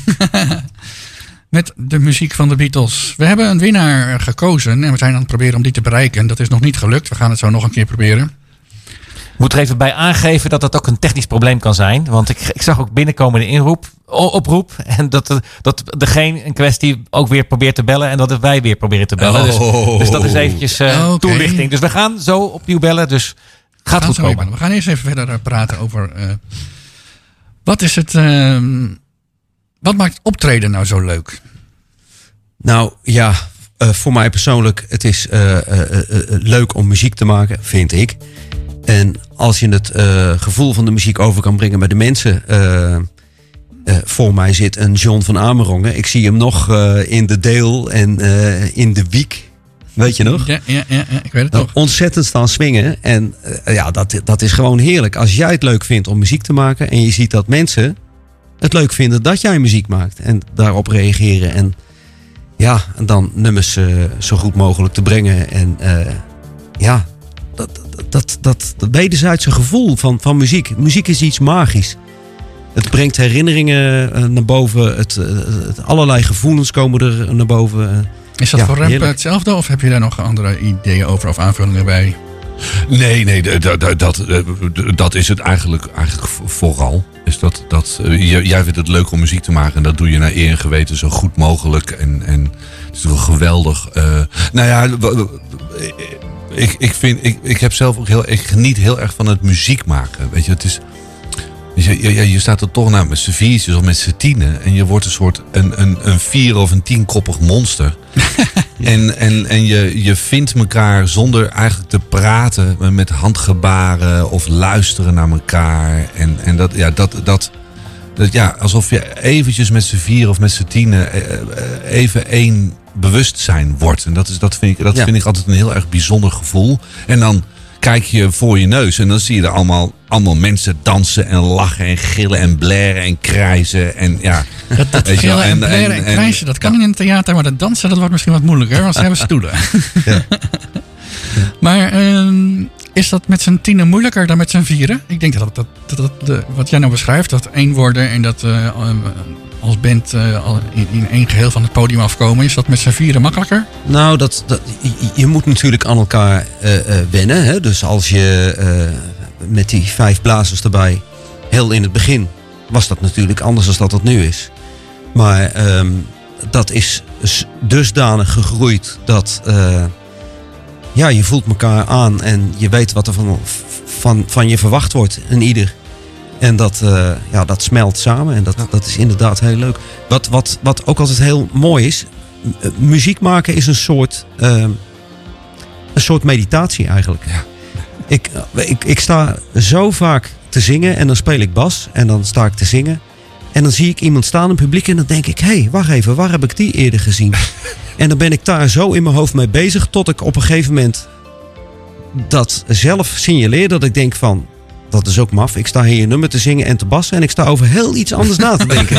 Met de muziek van de Beatles. We hebben een winnaar gekozen en we zijn aan het proberen om die te bereiken. Dat is nog niet gelukt. We gaan het zo nog een keer proberen.
Ik moet er even bij aangeven dat dat ook een technisch probleem kan zijn. Want ik, ik zag ook binnenkomen de inroep, oproep. En dat, de, dat degene in kwestie ook weer probeert te bellen. En dat wij weer proberen te bellen.
Oh.
Dus, dus dat is eventjes uh,
Okay.
toelichting. Dus we gaan zo opnieuw bellen. Dus het gaat goed komen.
We gaan eerst even verder praten over... Uh, wat is het... Uh, wat maakt optreden nou zo leuk?
Nou ja, uh, voor mij persoonlijk, het is uh, uh, uh, uh, leuk om muziek te maken, vind ik. En als je het uh, gevoel van de muziek over kan brengen bij de mensen. Uh, uh, voor mij zit een John van Amerongen. Ik zie hem nog uh, in de Deel en uh, in de Wiek. Weet je nog?
Ja, ja, ja, ja ik weet het
nou,
nog.
Ontzettend staan swingen. En uh, ja, dat, dat is gewoon heerlijk. Als jij het leuk vindt om muziek te maken en je ziet dat mensen het leuk vinden dat jij muziek maakt. En daarop reageren. En ja, en dan nummers uh, zo goed mogelijk te brengen. En uh, ja, dat, dat, dat, dat wederzijdse gevoel van, van muziek. Muziek is iets magisch. Het brengt herinneringen uh, naar boven. Het, uh, het, allerlei gevoelens komen er naar boven. Uh,
Is dat
ja,
voor Rempe
heerlijk.
hetzelfde of heb je daar nog andere ideeën over of aanvullingen bij?
Nee, nee, dat, dat, dat, dat is het eigenlijk, eigenlijk vooral. Is dat, dat, jij vindt het leuk om muziek te maken en dat doe je naar eer en geweten zo goed mogelijk. En, en het is toch geweldig. Uh, nou ja, ik, ik, vind, ik, ik heb zelf ook heel, ik geniet heel erg van het muziek maken. Weet je, het is. Je, je, je staat er toch naar met z'n viertjes of met z'n tienen. En je wordt een soort een, een, een vier- of een tienkoppig monster. ja. En, en, en je, je vindt elkaar zonder eigenlijk te praten. Met handgebaren of luisteren naar elkaar. En, en dat, ja, dat, dat, dat, ja, alsof je eventjes met z'n vier of met z'n tienen even één bewustzijn wordt. En dat, is, dat, vind ik, dat ja. vind ik altijd een heel erg bijzonder gevoel. En dan kijk je voor je neus en dan zie je er allemaal, allemaal mensen dansen en lachen en gillen en blaren en krijzen. En ja,
dat, dat
weet je wel,
gillen en blaren en, en krijzen, dat kan ja. in het theater, maar dat dansen dat wordt misschien wat moeilijker, want ze hebben stoelen. Ja. Maar uh, is dat met z'n tienen moeilijker dan met z'n vieren? Ik denk dat, dat, dat, dat, dat wat jij nou beschrijft, dat één worden en dat uh, als band uh, in, in één geheel van het podium afkomen, is dat met z'n vieren makkelijker?
Nou, dat, dat, je, je moet natuurlijk aan elkaar uh, uh, wennen. Hè? Dus als je uh, met die vijf blazers erbij, heel in het begin, was dat natuurlijk anders dan dat het nu is. Maar um, dat is dusdanig gegroeid dat uh, ja, je voelt elkaar aan en je weet wat er van, van, van je verwacht wordt in ieder. En dat, uh, ja, dat smelt samen en dat, ja. dat is inderdaad heel leuk. Wat, wat, wat ook altijd heel mooi is, uh, muziek maken is een soort, uh, een soort meditatie eigenlijk. Ja. Ik, uh, ik, ik sta zo vaak te zingen en dan speel ik bas en dan sta ik te zingen. En dan zie ik iemand staan in het publiek en dan denk ik, hé, hey, wacht even, waar heb ik die eerder gezien? En dan ben ik daar zo in mijn hoofd mee bezig tot ik op een gegeven moment dat zelf signaleer dat ik denk van, dat is ook maf. Ik sta hier een nummer te zingen en te bassen en ik sta over heel iets anders na te denken.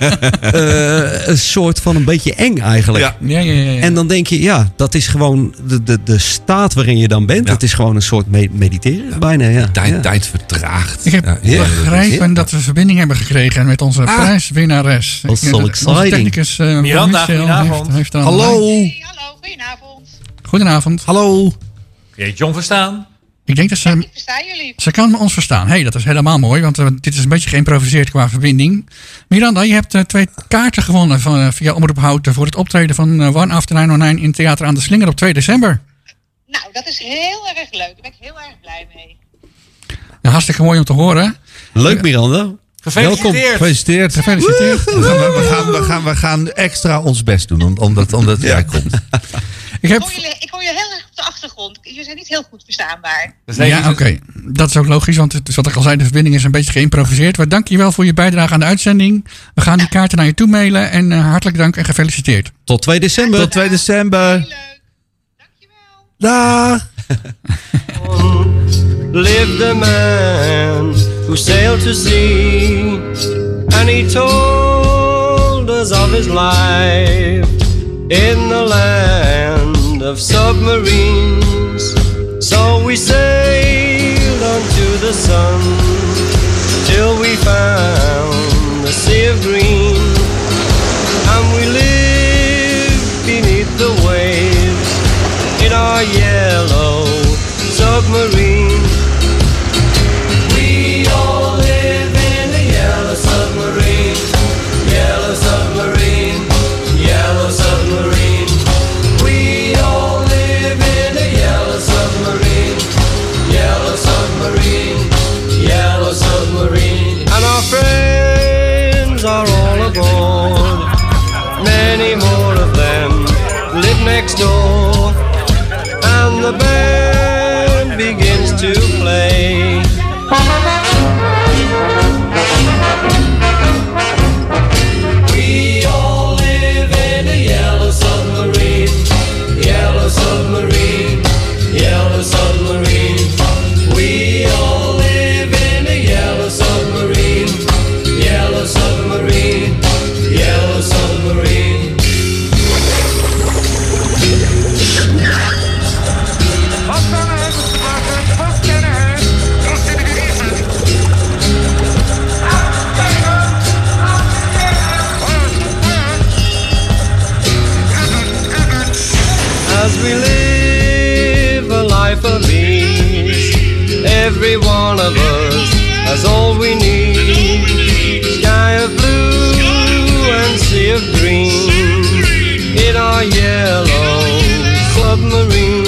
uh, een soort van een beetje eng eigenlijk.
Ja.
Ja, ja, ja, ja.
En dan denk je, ja, dat is gewoon de, de, de staat waarin je dan bent. Ja. Dat is gewoon een soort me- mediteren ja. bijna. Ja.
Tijd,
ja.
tijd vertraagt.
Ik heb
ja,
ja, begrepen ja. dat we verbinding hebben gekregen met onze ah. prijswinnares.
Dat is zo exciting.
Onze technicus uh,
Miranda, goedenavond.
Heeft, heeft
hallo. Hey, hallo, goedenavond.
Goedenavond.
Hallo.
Kun je John verstaan?
Ik denk dat ze,
ik verstaan jullie.
Ze kan ons verstaan. Hey, dat is helemaal mooi, want uh, dit is een beetje geïmproviseerd qua verbinding. Miranda, je hebt uh, twee kaarten gewonnen van, uh, via Omroep Houten voor het optreden van uh, One After nine oh nine in Theater aan de Slinger op twee december.
Nou, dat is heel erg leuk. Daar ben ik heel erg blij mee.
Nou, hartstikke mooi om te horen.
Leuk, Miranda.
Gefeliciteerd.
Welkom. Gefeliciteerd.
Gefeliciteerd.
We gaan, we, gaan, we, gaan, we gaan extra ons best doen, omdat, omdat jij komt.
Ik, heb...
ik, hoor jullie, ik hoor je heel erg op de achtergrond. Jullie zijn niet heel goed verstaanbaar.
Ja, oké. Okay. Dat is ook logisch, want het, wat ik al zei, de verbinding is een beetje geïmproviseerd. Maar dank je wel voor je bijdrage aan de uitzending. We gaan die kaarten naar je toe mailen. En uh, hartelijk dank en gefeliciteerd.
Tot twee december.
Tot twee december.
Heel leuk. Dankjewel.
Dag.
Lived a man who sailed to sea, and he told us of his life in the land of submarines. So we sailed unto the sun till we found the sea of green, and we lived beneath the waves in our yellow submarine. We all live in a yellow submarine, yellow submarine, yellow submarine. We all live in a yellow submarine, yellow submarine, yellow submarine. And our friends are all aboard, many more of them live next door, and the band begins to play. We all live in a yellow submarine, yellow submarine, yellow submarine. We all live in a yellow submarine, yellow submarine, yellow submarine. Papa! as we live a life of ease. Every one of us has all we need. Sky of blue and sea of green in our yellow submarine.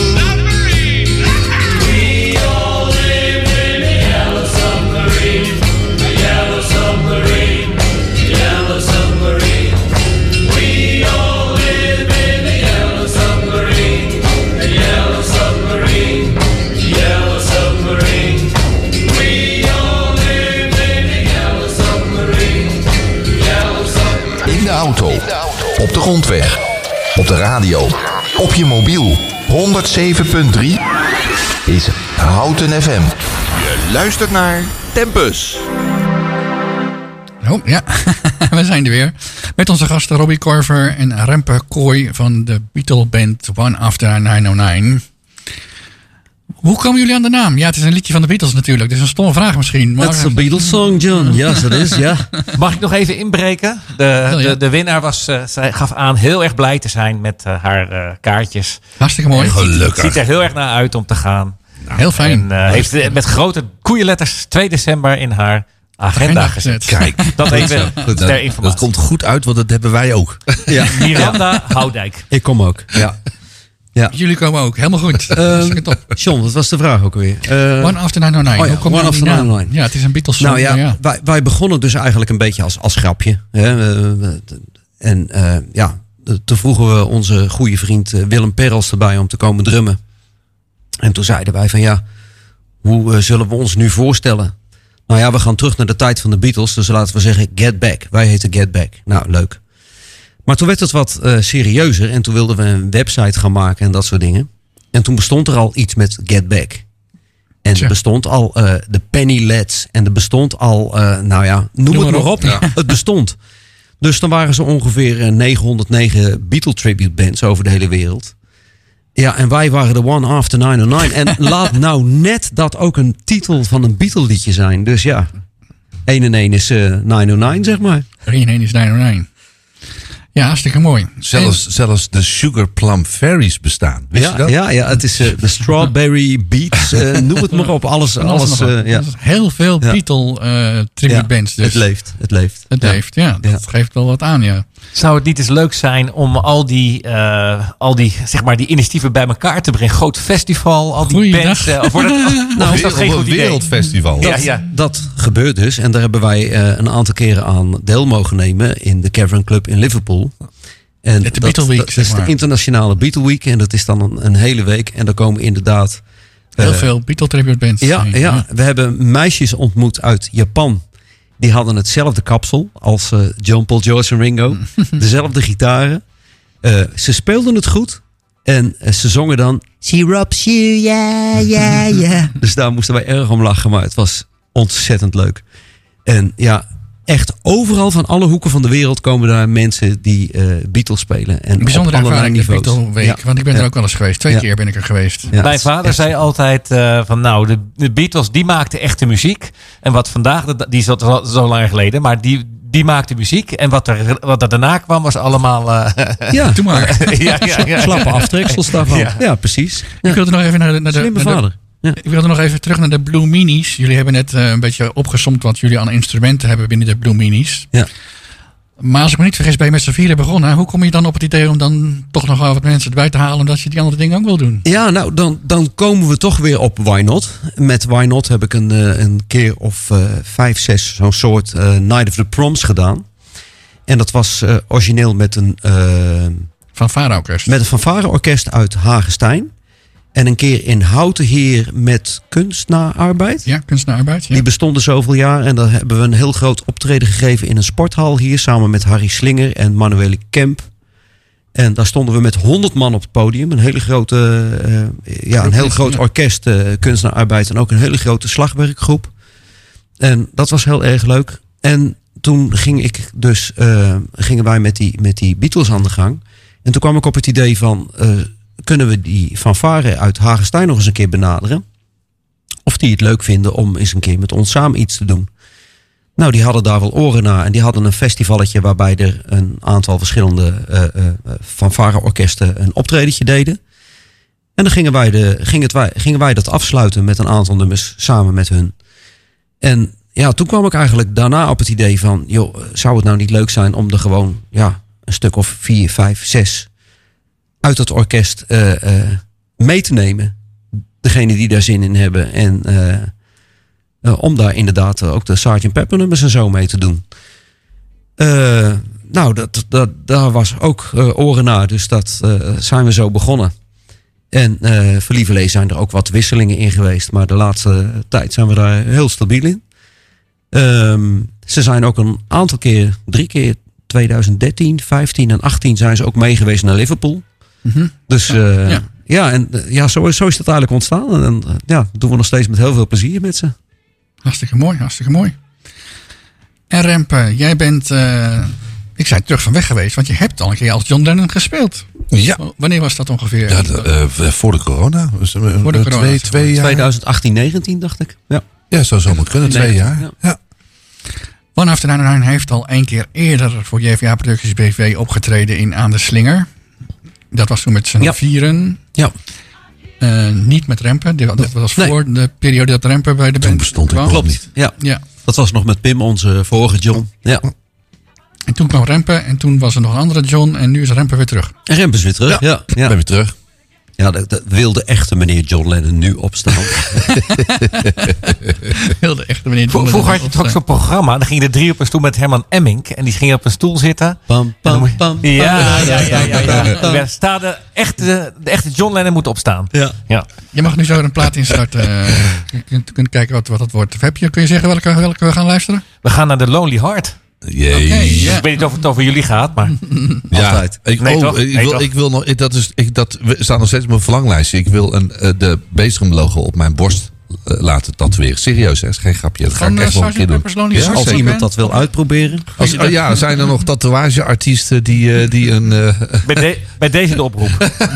We all live in a yellow submarine, a yellow submarine, a yellow submarine. We all live in a yellow submarine, a yellow submarine, a yellow submarine. We all live in a yellow submarine, yellow submarine.
In de auto, op de grondweg, op de radio, op je mobiel. honderdzeven punt drie is Houten F M. Je luistert naar Tempus.
Oh, ja, we zijn er weer. Met onze gasten Robbie Korver en Rempe Kooi van de Beatle band One After negen Hoe komen jullie aan de naam? Ja, het is een liedje van de Beatles natuurlijk. Dus een stomme vraag misschien. Maar...
Het is een Beatles song, John. Ja, yes, dat is, ja.
Mag ik nog even inbreken? De, de, de winnaar was, uh, zij gaf aan heel erg blij te zijn met uh, haar uh, kaartjes.
Hartstikke mooi.
Gelukkig.
Ziet er heel erg naar uit om te gaan.
Nou, heel fijn.
En uh, heeft uh, met grote koeienletters twee december in haar agenda, agenda gezet.
Kijk,
dat even
goed,
ter
dat,
informatie.
dat komt goed uit, want dat hebben wij ook.
Ja.
Miranda Houdijk.
Ik kom ook, ja. Ja.
Jullie komen ook, helemaal goed.
Um,
top.
John, wat was de vraag ook weer? Uh,
One After negen negen
Oh ja,
Hoe kom je
One
aan die
After
naam?
negen negen
Ja, het is een Beatles song.
Nou ja,
ja.
Wij, wij begonnen dus eigenlijk een beetje als, als grapje. Hè? Uh, en uh, ja, toen vroegen we onze goede vriend uh, Willem Perels erbij om te komen drummen. En toen zeiden wij van ja, hoe uh, zullen we ons nu voorstellen? Nou ja, we gaan terug naar de tijd van de Beatles. Dus laten we zeggen Get Back. Wij heten Get Back. Nou, leuk. Maar toen werd het wat uh, serieuzer. En toen wilden we een website gaan maken en dat soort dingen. En toen bestond er al iets met Get Back. En er bestond al uh, de Penny Lads. En er bestond al, uh, nou ja, noem, noem het maar op. Ja. Het bestond. Dus dan waren ze ongeveer uh, negenhonderdnegen Beatle tribute bands over de hele wereld. Ja, en wij waren de One After negen negen En laat nou net dat ook een titel van een Beatle liedje zijn. Dus ja, één en één is uh, negen negen zeg maar.
één en één is negen negen Ja, hartstikke mooi.
Zelfs, en... zelfs de Sugar Plum Fairies bestaan. Wist
ja,
je dat?
Ja, ja, het is uh, de Strawberry Beats. Uh, noem het maar op. Alles. alles uh, ja.
Heel veel ja. Beatle uh, tribute bands. Dus.
Het leeft. Het leeft.
Het
ja.
leeft, ja. Dat ja. geeft wel wat aan, ja.
Zou het niet eens leuk zijn om al die, uh, al die, zeg maar, die initiatieven bij elkaar te brengen? Groot festival, al die Goeiedag. bands. Uh, of wordt het, nou, is dat geen goed idee?
Wereldfestival.
Dat, ja, ja. dat gebeurt dus. En daar hebben wij uh, een aantal keren aan deel mogen nemen in de Cavern Club in Liverpool. En
de Beatle Week,
dat, dat is de internationale Beatle Week. En dat is dan een, een hele week. En daar komen inderdaad...
Heel uh, veel Beatle tribute bands.
Ja, ja, ja, we hebben meisjes ontmoet uit Japan. Die hadden hetzelfde kapsel als uh, John, Paul, George en Ringo. Dezelfde gitaren. Uh, ze speelden het goed. En uh, ze zongen dan... She robs you, yeah, yeah, yeah. Dus daar moesten wij erg om lachen. Maar het was ontzettend leuk. En ja... Echt overal van alle hoeken van de wereld komen daar mensen die uh, Beatles spelen. En
bijzondere
op allerlei
niveaus. De Beatle Week,
ja.
want ik ben
ja.
er ook wel eens geweest. Twee ja. keer ben ik er geweest.
Ja.
Mijn vader zei altijd uh, van nou, de, de Beatles die maakten echte muziek. En wat vandaag, die is al zo lang geleden, maar die, die maakte muziek. En wat er, wat er daarna kwam was allemaal... Uh,
ja,
doe maar.
ja, ja, ja.
Slappe aftreksels daarvan. Ja, ja precies. Ja.
Ik wilde nog even naar de... Naar de,
Slimme
naar
vader.
De, Ja. Ik wilde nog even terug naar de Blue Minis. Jullie hebben net uh, een beetje opgesomd wat jullie aan instrumenten hebben binnen de Blue Minis.
Ja.
Maar als ik me niet vergis, ben je met z'n vieren begonnen. Hoe kom je dan op het idee om dan toch nog wel wat mensen erbij te halen, omdat je die andere dingen ook wil doen?
Ja, nou, dan, dan komen we toch weer op Why Not. Met Why Not heb ik een, een keer of uh, vijf, zes zo'n soort uh, Night of the Proms gedaan. En dat was uh, origineel met een... Uh,
fanfareorkest.
Met een fanfareorkest uit Hagestein. En een keer in Houten hier met kunstenaararbeid.
Ja, kunstenaararbeid. Ja.
Die bestonden zoveel jaar. En daar hebben we een heel groot optreden gegeven in een sporthal hier. Samen met Harry Slinger en Manuele Kemp. En daar stonden we met honderd man op het podium. Een hele grote, uh, ja, een heel groot orkest, uh, kunstenaararbeid. En ook een hele grote slagwerkgroep. En dat was heel erg leuk. En toen ging ik dus, uh, gingen wij met die, met die Beatles aan de gang. En toen kwam ik op het idee van... Uh, kunnen we die fanfare uit Hagestein nog eens een keer benaderen? Of die het leuk vinden om eens een keer met ons samen iets te doen. Nou, die hadden daar wel oren naar. En die hadden een festivalletje waarbij er een aantal verschillende uh, uh, fanfareorkesten een optredentje deden. En dan gingen wij, de, gingen, het, wij, gingen wij dat afsluiten met een aantal nummers samen met hun. En ja, toen kwam ik eigenlijk daarna op het idee van, joh, zou het nou niet leuk zijn om er gewoon ja, een stuk of vier, vijf, zes uit het orkest uh, uh, mee te nemen. Degene die daar zin in hebben. En uh, uh, om daar inderdaad ook de sergeant Pepper nummers en zo mee te doen. Uh, nou, dat, dat, daar was ook uh, oren naar. Dus dat uh, zijn we zo begonnen. En uh, voor Lieverlee zijn er ook wat wisselingen in geweest. Maar de laatste tijd zijn we daar heel stabiel in. Um, ze zijn ook een aantal keer, drie keer, twintig dertien, vijftien en achttien zijn ze ook mee geweest naar Liverpool. Mm-hmm. Dus uh, ja. ja, en uh, ja, zo, zo is dat eigenlijk ontstaan. En, en uh, ja, dat doen we nog steeds met heel veel plezier met ze.
Hartstikke mooi, hartstikke mooi. En Rempe, jij bent, uh, ik zei terug van weg geweest, want je hebt al een keer als John Lennon gespeeld.
Ja.
Wanneer was dat ongeveer?
Ja, de, uh, voor de corona. Dus, uh,
voor de corona.
Twee, twee jaar.
twintig achttien, negentien dacht ik. Ja,
ja zou zo moeten kunnen, twee jaar. Ja. ja.
One After nine heeft al een keer eerder voor J V A Producties B V opgetreden in Aan de Slinger. Dat was toen met z'n ja. vieren.
Ja.
Uh, niet met Rempe. Dat was nee. voor de periode dat Rempe bij de band
toen bestond ik nog niet.
Ja. ja. Dat was nog met Pim, onze vorige John. Ja.
En toen kwam Rempe en toen was er nog een andere John en nu is Rempe weer terug.
En Rempe is weer terug, ja. ja.
ja. Ben weer terug.
Ja, de, de wilde echte meneer John Lennon nu opstaan.
wilde echte meneer John Lennon.
Vroeger had je toch ook zo'n programma. Dan gingen er drie op een stoel met Herman Emmink. En die gingen op een stoel zitten.
Pam, pam, pam.
Ja, ja, ja. ja, ja, ja. ja. Sta de, echte, de echte John Lennon moet opstaan.
Ja.
Ja.
Je mag nu zo een plaat instarten. Uh, je kunt, kunt kijken wat, wat het wordt. Heb je, kun je zeggen welke, welke we gaan luisteren?
We gaan naar The Lonely Heart.
Jee.
Okay, yeah.
Ik weet niet of het over jullie gaat, maar...
Ja,
altijd.
Ik,
nee,
oh,
toch?
ik,
Nee,
wil,
toch?
ik wil nog... Ik, dat, is, ik, dat staat nog steeds op mijn verlanglijstje. Ik wil een, uh, de Beestrum logo op mijn borst uh, laten tatoeëren. Serieus, hè? Dat is geen grapje. Dat ga
Van
ik echt
uh,
wel een keer doen.
Ja,
als
zeker.
iemand dat wil uitproberen.
Als, uh, ja, zijn er nog tatoeageartiesten die, uh, die een... Uh,
bij, de, bij deze de oproep.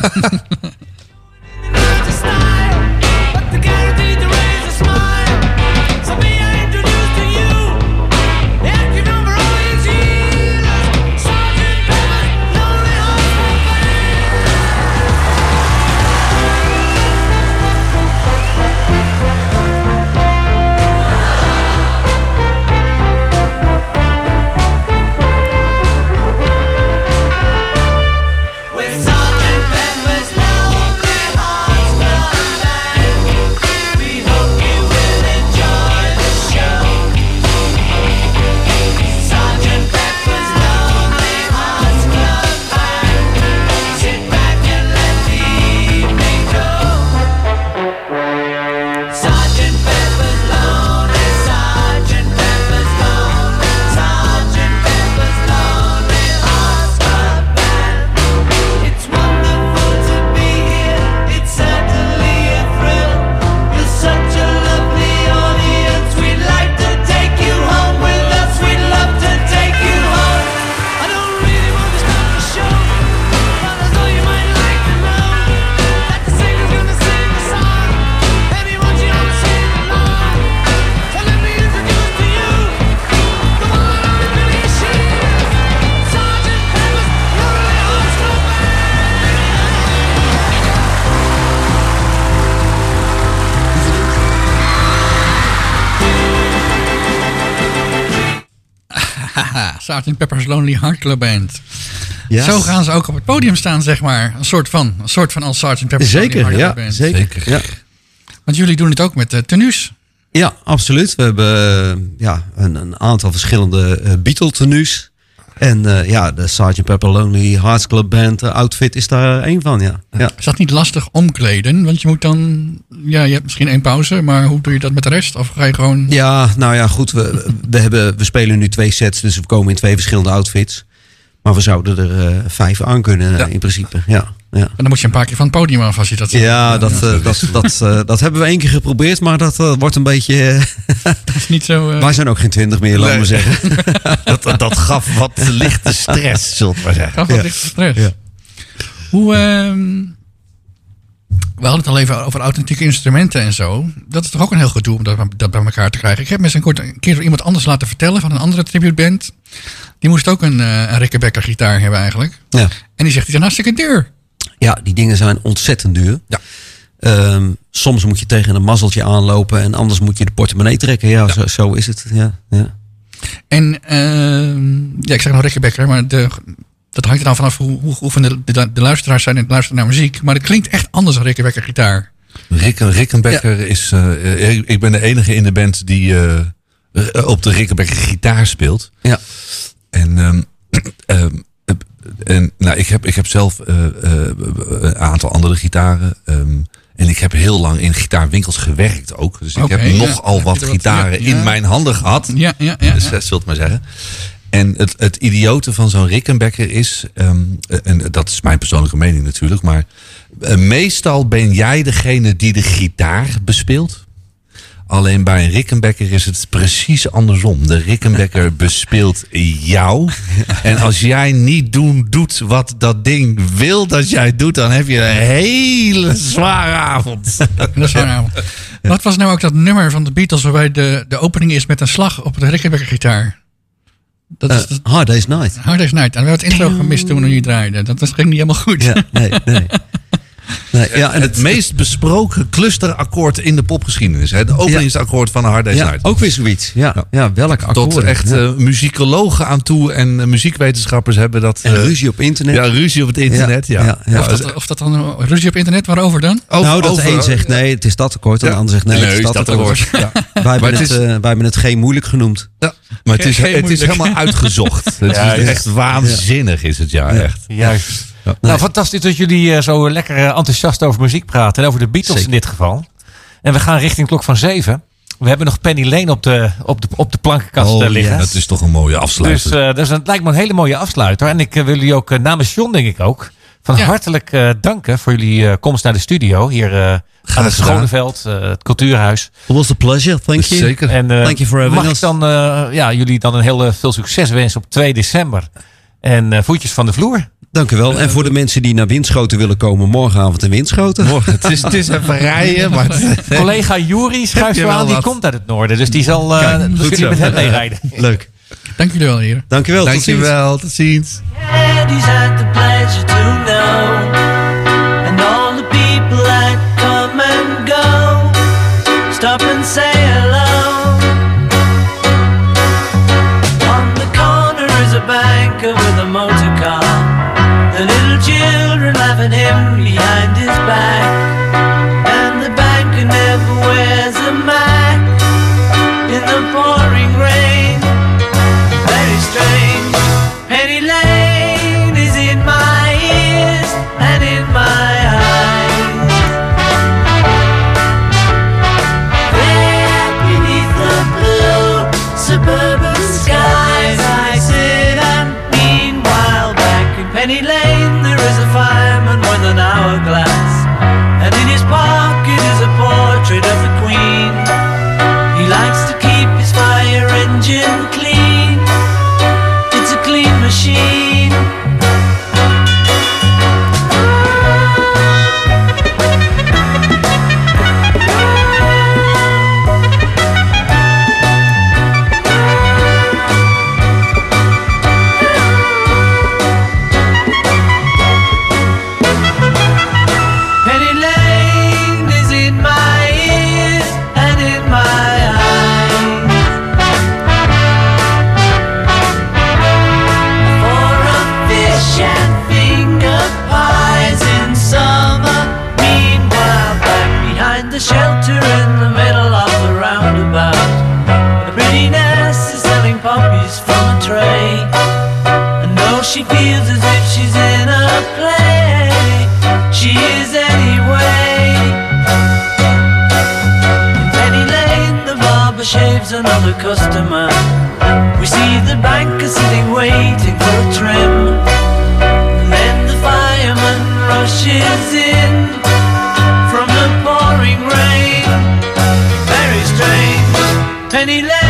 sergeant Pepper's Lonely Heart Club Band.
Yes.
Zo gaan ze ook op het podium staan, zeg maar. Een soort van, een soort van als sergeant Pepper's
Zeker,
Lonely Heart
ja,
Club Band.
zeker. Ja.
Want jullie doen het ook met uh, tenues.
Ja, absoluut. We hebben uh, ja, een, een aantal verschillende uh, Beatle-tenues. En uh, ja, de sergeant Pepper Lonely Hearts Club Band uh, outfit is daar één van, ja. ja.
Is dat niet lastig omkleden? Want je moet dan... Ja, je hebt misschien één pauze, maar hoe doe je dat met de rest? Of ga je gewoon...
Ja, nou ja, goed. We, we, hebben, we spelen nu twee sets, dus we komen in twee verschillende outfits. Maar we zouden er uh, vijf aan kunnen, ja. in principe. Ja, ja.
En dan moet je een paar keer van het podium af als je dat...
Ja, dat, uh, dat, dat, uh, dat hebben we één keer geprobeerd, maar dat uh, wordt een beetje... Uh,
dat is niet zo... Uh...
Wij zijn ook geen twintig meer, laten we zeggen.
dat, dat gaf wat lichte stress, zult maar zeggen.
Gaf wat
ja.
lichte stress.
Ja.
Hoe... Uh... We hadden het al even over authentieke instrumenten en zo. Dat is toch ook een heel gedoe om dat, dat bij elkaar te krijgen. Ik heb me eens een, kort, een keer door iemand anders laten vertellen van een andere tributeband. Die moest ook een, uh, een Rickenbacker gitaar hebben eigenlijk.
Ja.
En die zegt, die zijn hartstikke duur.
Ja, die dingen zijn ontzettend duur.
Ja.
Um, soms moet je tegen een mazzeltje aanlopen en anders moet je de portemonnee trekken. Ja,
Ja.
Zo, zo is het. Ja, ja.
En uh, ja, ik zeg nou Rickenbacker, maar de, dat hangt er dan vanaf hoe, hoe geoefend de, de, de luisteraars zijn en het luisteren naar muziek. Maar het klinkt echt anders dan Rickenbacker gitaar.
Rick, Rickenbacker ja. is... Uh, ik, ik ben de enige in de band die uh, op de Rickenbacker gitaar speelt.
Ja.
En, um, um, en nou, ik, heb, ik heb zelf uh, uh, een aantal andere gitaren. Um, en ik heb heel lang in gitaarwinkels gewerkt ook. Dus ik
Okay,
heb
ja.
nogal
Heb
wat
je er
gitaren
wat- ja, ja.
in mijn handen gehad.
Ja, ja, ja.
Dus,
ja.
uh, zult maar zeggen. En het, het idiote van zo'n Rickenbacker is, um, en dat is mijn persoonlijke mening natuurlijk, maar uh, meestal ben jij degene die de gitaar bespeelt. Alleen bij een Rickenbacker is het precies andersom. De Rickenbacker bespeelt jou. En als jij niet doen, doet wat dat ding wil dat jij doet, dan heb je een hele zware avond.
Dat is waar, nou. Wat was nou ook dat nummer van de Beatles waarbij de, de opening is met een slag op de Rickenbacker gitaar? Dat is
Uh, Hard Day's Night.
Hard Day's Night. En we hebben het intro gemist toen we hier draaiden. Dat, dat ging niet helemaal goed.
Ja, nee, nee. nee ja, en
Het meest besproken clusterakkoord in de popgeschiedenis. Hè? De openingsakkoord van een Hard Day's
ja,
Night.
ook weer zoiets. Ja, ja.
Ja.
welk akkoord.
Tot echt
ja.
uh, muzikologen aan toe en uh, muziekwetenschappers hebben dat...
En
uh,
ruzie op internet.
Ja, ruzie op het internet. Ja,
Ja, ja.
Of, dat, of dat dan een ruzie op internet, waarover dan?
Over-
nou, dat
over-
de een zegt nee, het is dat akkoord. En de
Ja.
ander zegt nee,
Nee,
het is dat, akkoord.
Ja.
Wij, hebben
Maar het
het,
is-
uh, wij hebben het geen moeilijk genoemd.
Ja, maar het is,
Geen
het is
moeilijk.
helemaal uitgezocht. Het is
Ja,
echt waanzinnig is het, ja, echt.
Juist.
Ja.
Nou, fantastisch dat jullie uh, zo lekker uh, enthousiast over muziek praten. En over de Beatles
Zeker.
in dit geval. En we gaan richting klok van zeven. We hebben nog Penny Lane op de, op de, op de plankenkast uh, liggen.
Dat is toch een mooie
Dus,
afsluiting.
uh, dus het lijkt me een hele mooie afsluiter. En ik uh, wil jullie ook uh, namens John, denk ik ook, van
Ja.
hartelijk uh, danken voor jullie uh, komst naar de studio. Hier uh, aan het
gedaan.
Schoneveld, uh, het Cultuurhuis.
It was a pleasure, thank you.
Zeker.
En uh,
Thank you for having
mag
us.
ik dan uh, ja, jullie dan een heel uh, veel succes wensen op twee december. En uh, voetjes van de vloer.
Dank u wel. En voor de mensen die naar Winschoten willen komen, morgenavond in Winschoten.
Morgen, het, is, het is even rijden, maar... het-
Collega Juri schuift
je
wel
wel
aan, die
wat?
komt uit het noorden. Dus die zal uh,
Kijk,
dus
goed
jullie
zo.
met hem meerijden.
Leuk.
Dank jullie wel, heren.
Dank u wel. Tot ziens.
Dankjewel, tot ziens.
And he's had the pleasure to know, and all the people that come and go stop and say hello. On the corner is a banker with a motor car. The little children laugh at him behind his back, and the banker never wears a mask in the pouring rain. Very strange. Penny Lane is in my ears and in my eyes. There beneath the blue suburban skies, I sit and meanwhile back in Penny Lane there is a fireman with an hourglass, and in his pocket is a portrait of the Queen. He likes to keep his fire engine clean. It's a clean machine. Penny Lane is in my ears and in my eyes. For a fish and finger pies in summer. Meanwhile, back behind the shelter in the middle of the roundabout, a pretty nurse is selling poppies from a tray. And though she feels as if she's in a play, she is anyway. In Penny Lane, the barber shaves another customer. We see the banker sitting waiting for a trim. And then the fireman rushes in from the pouring rain. Very strange. Penny Lane.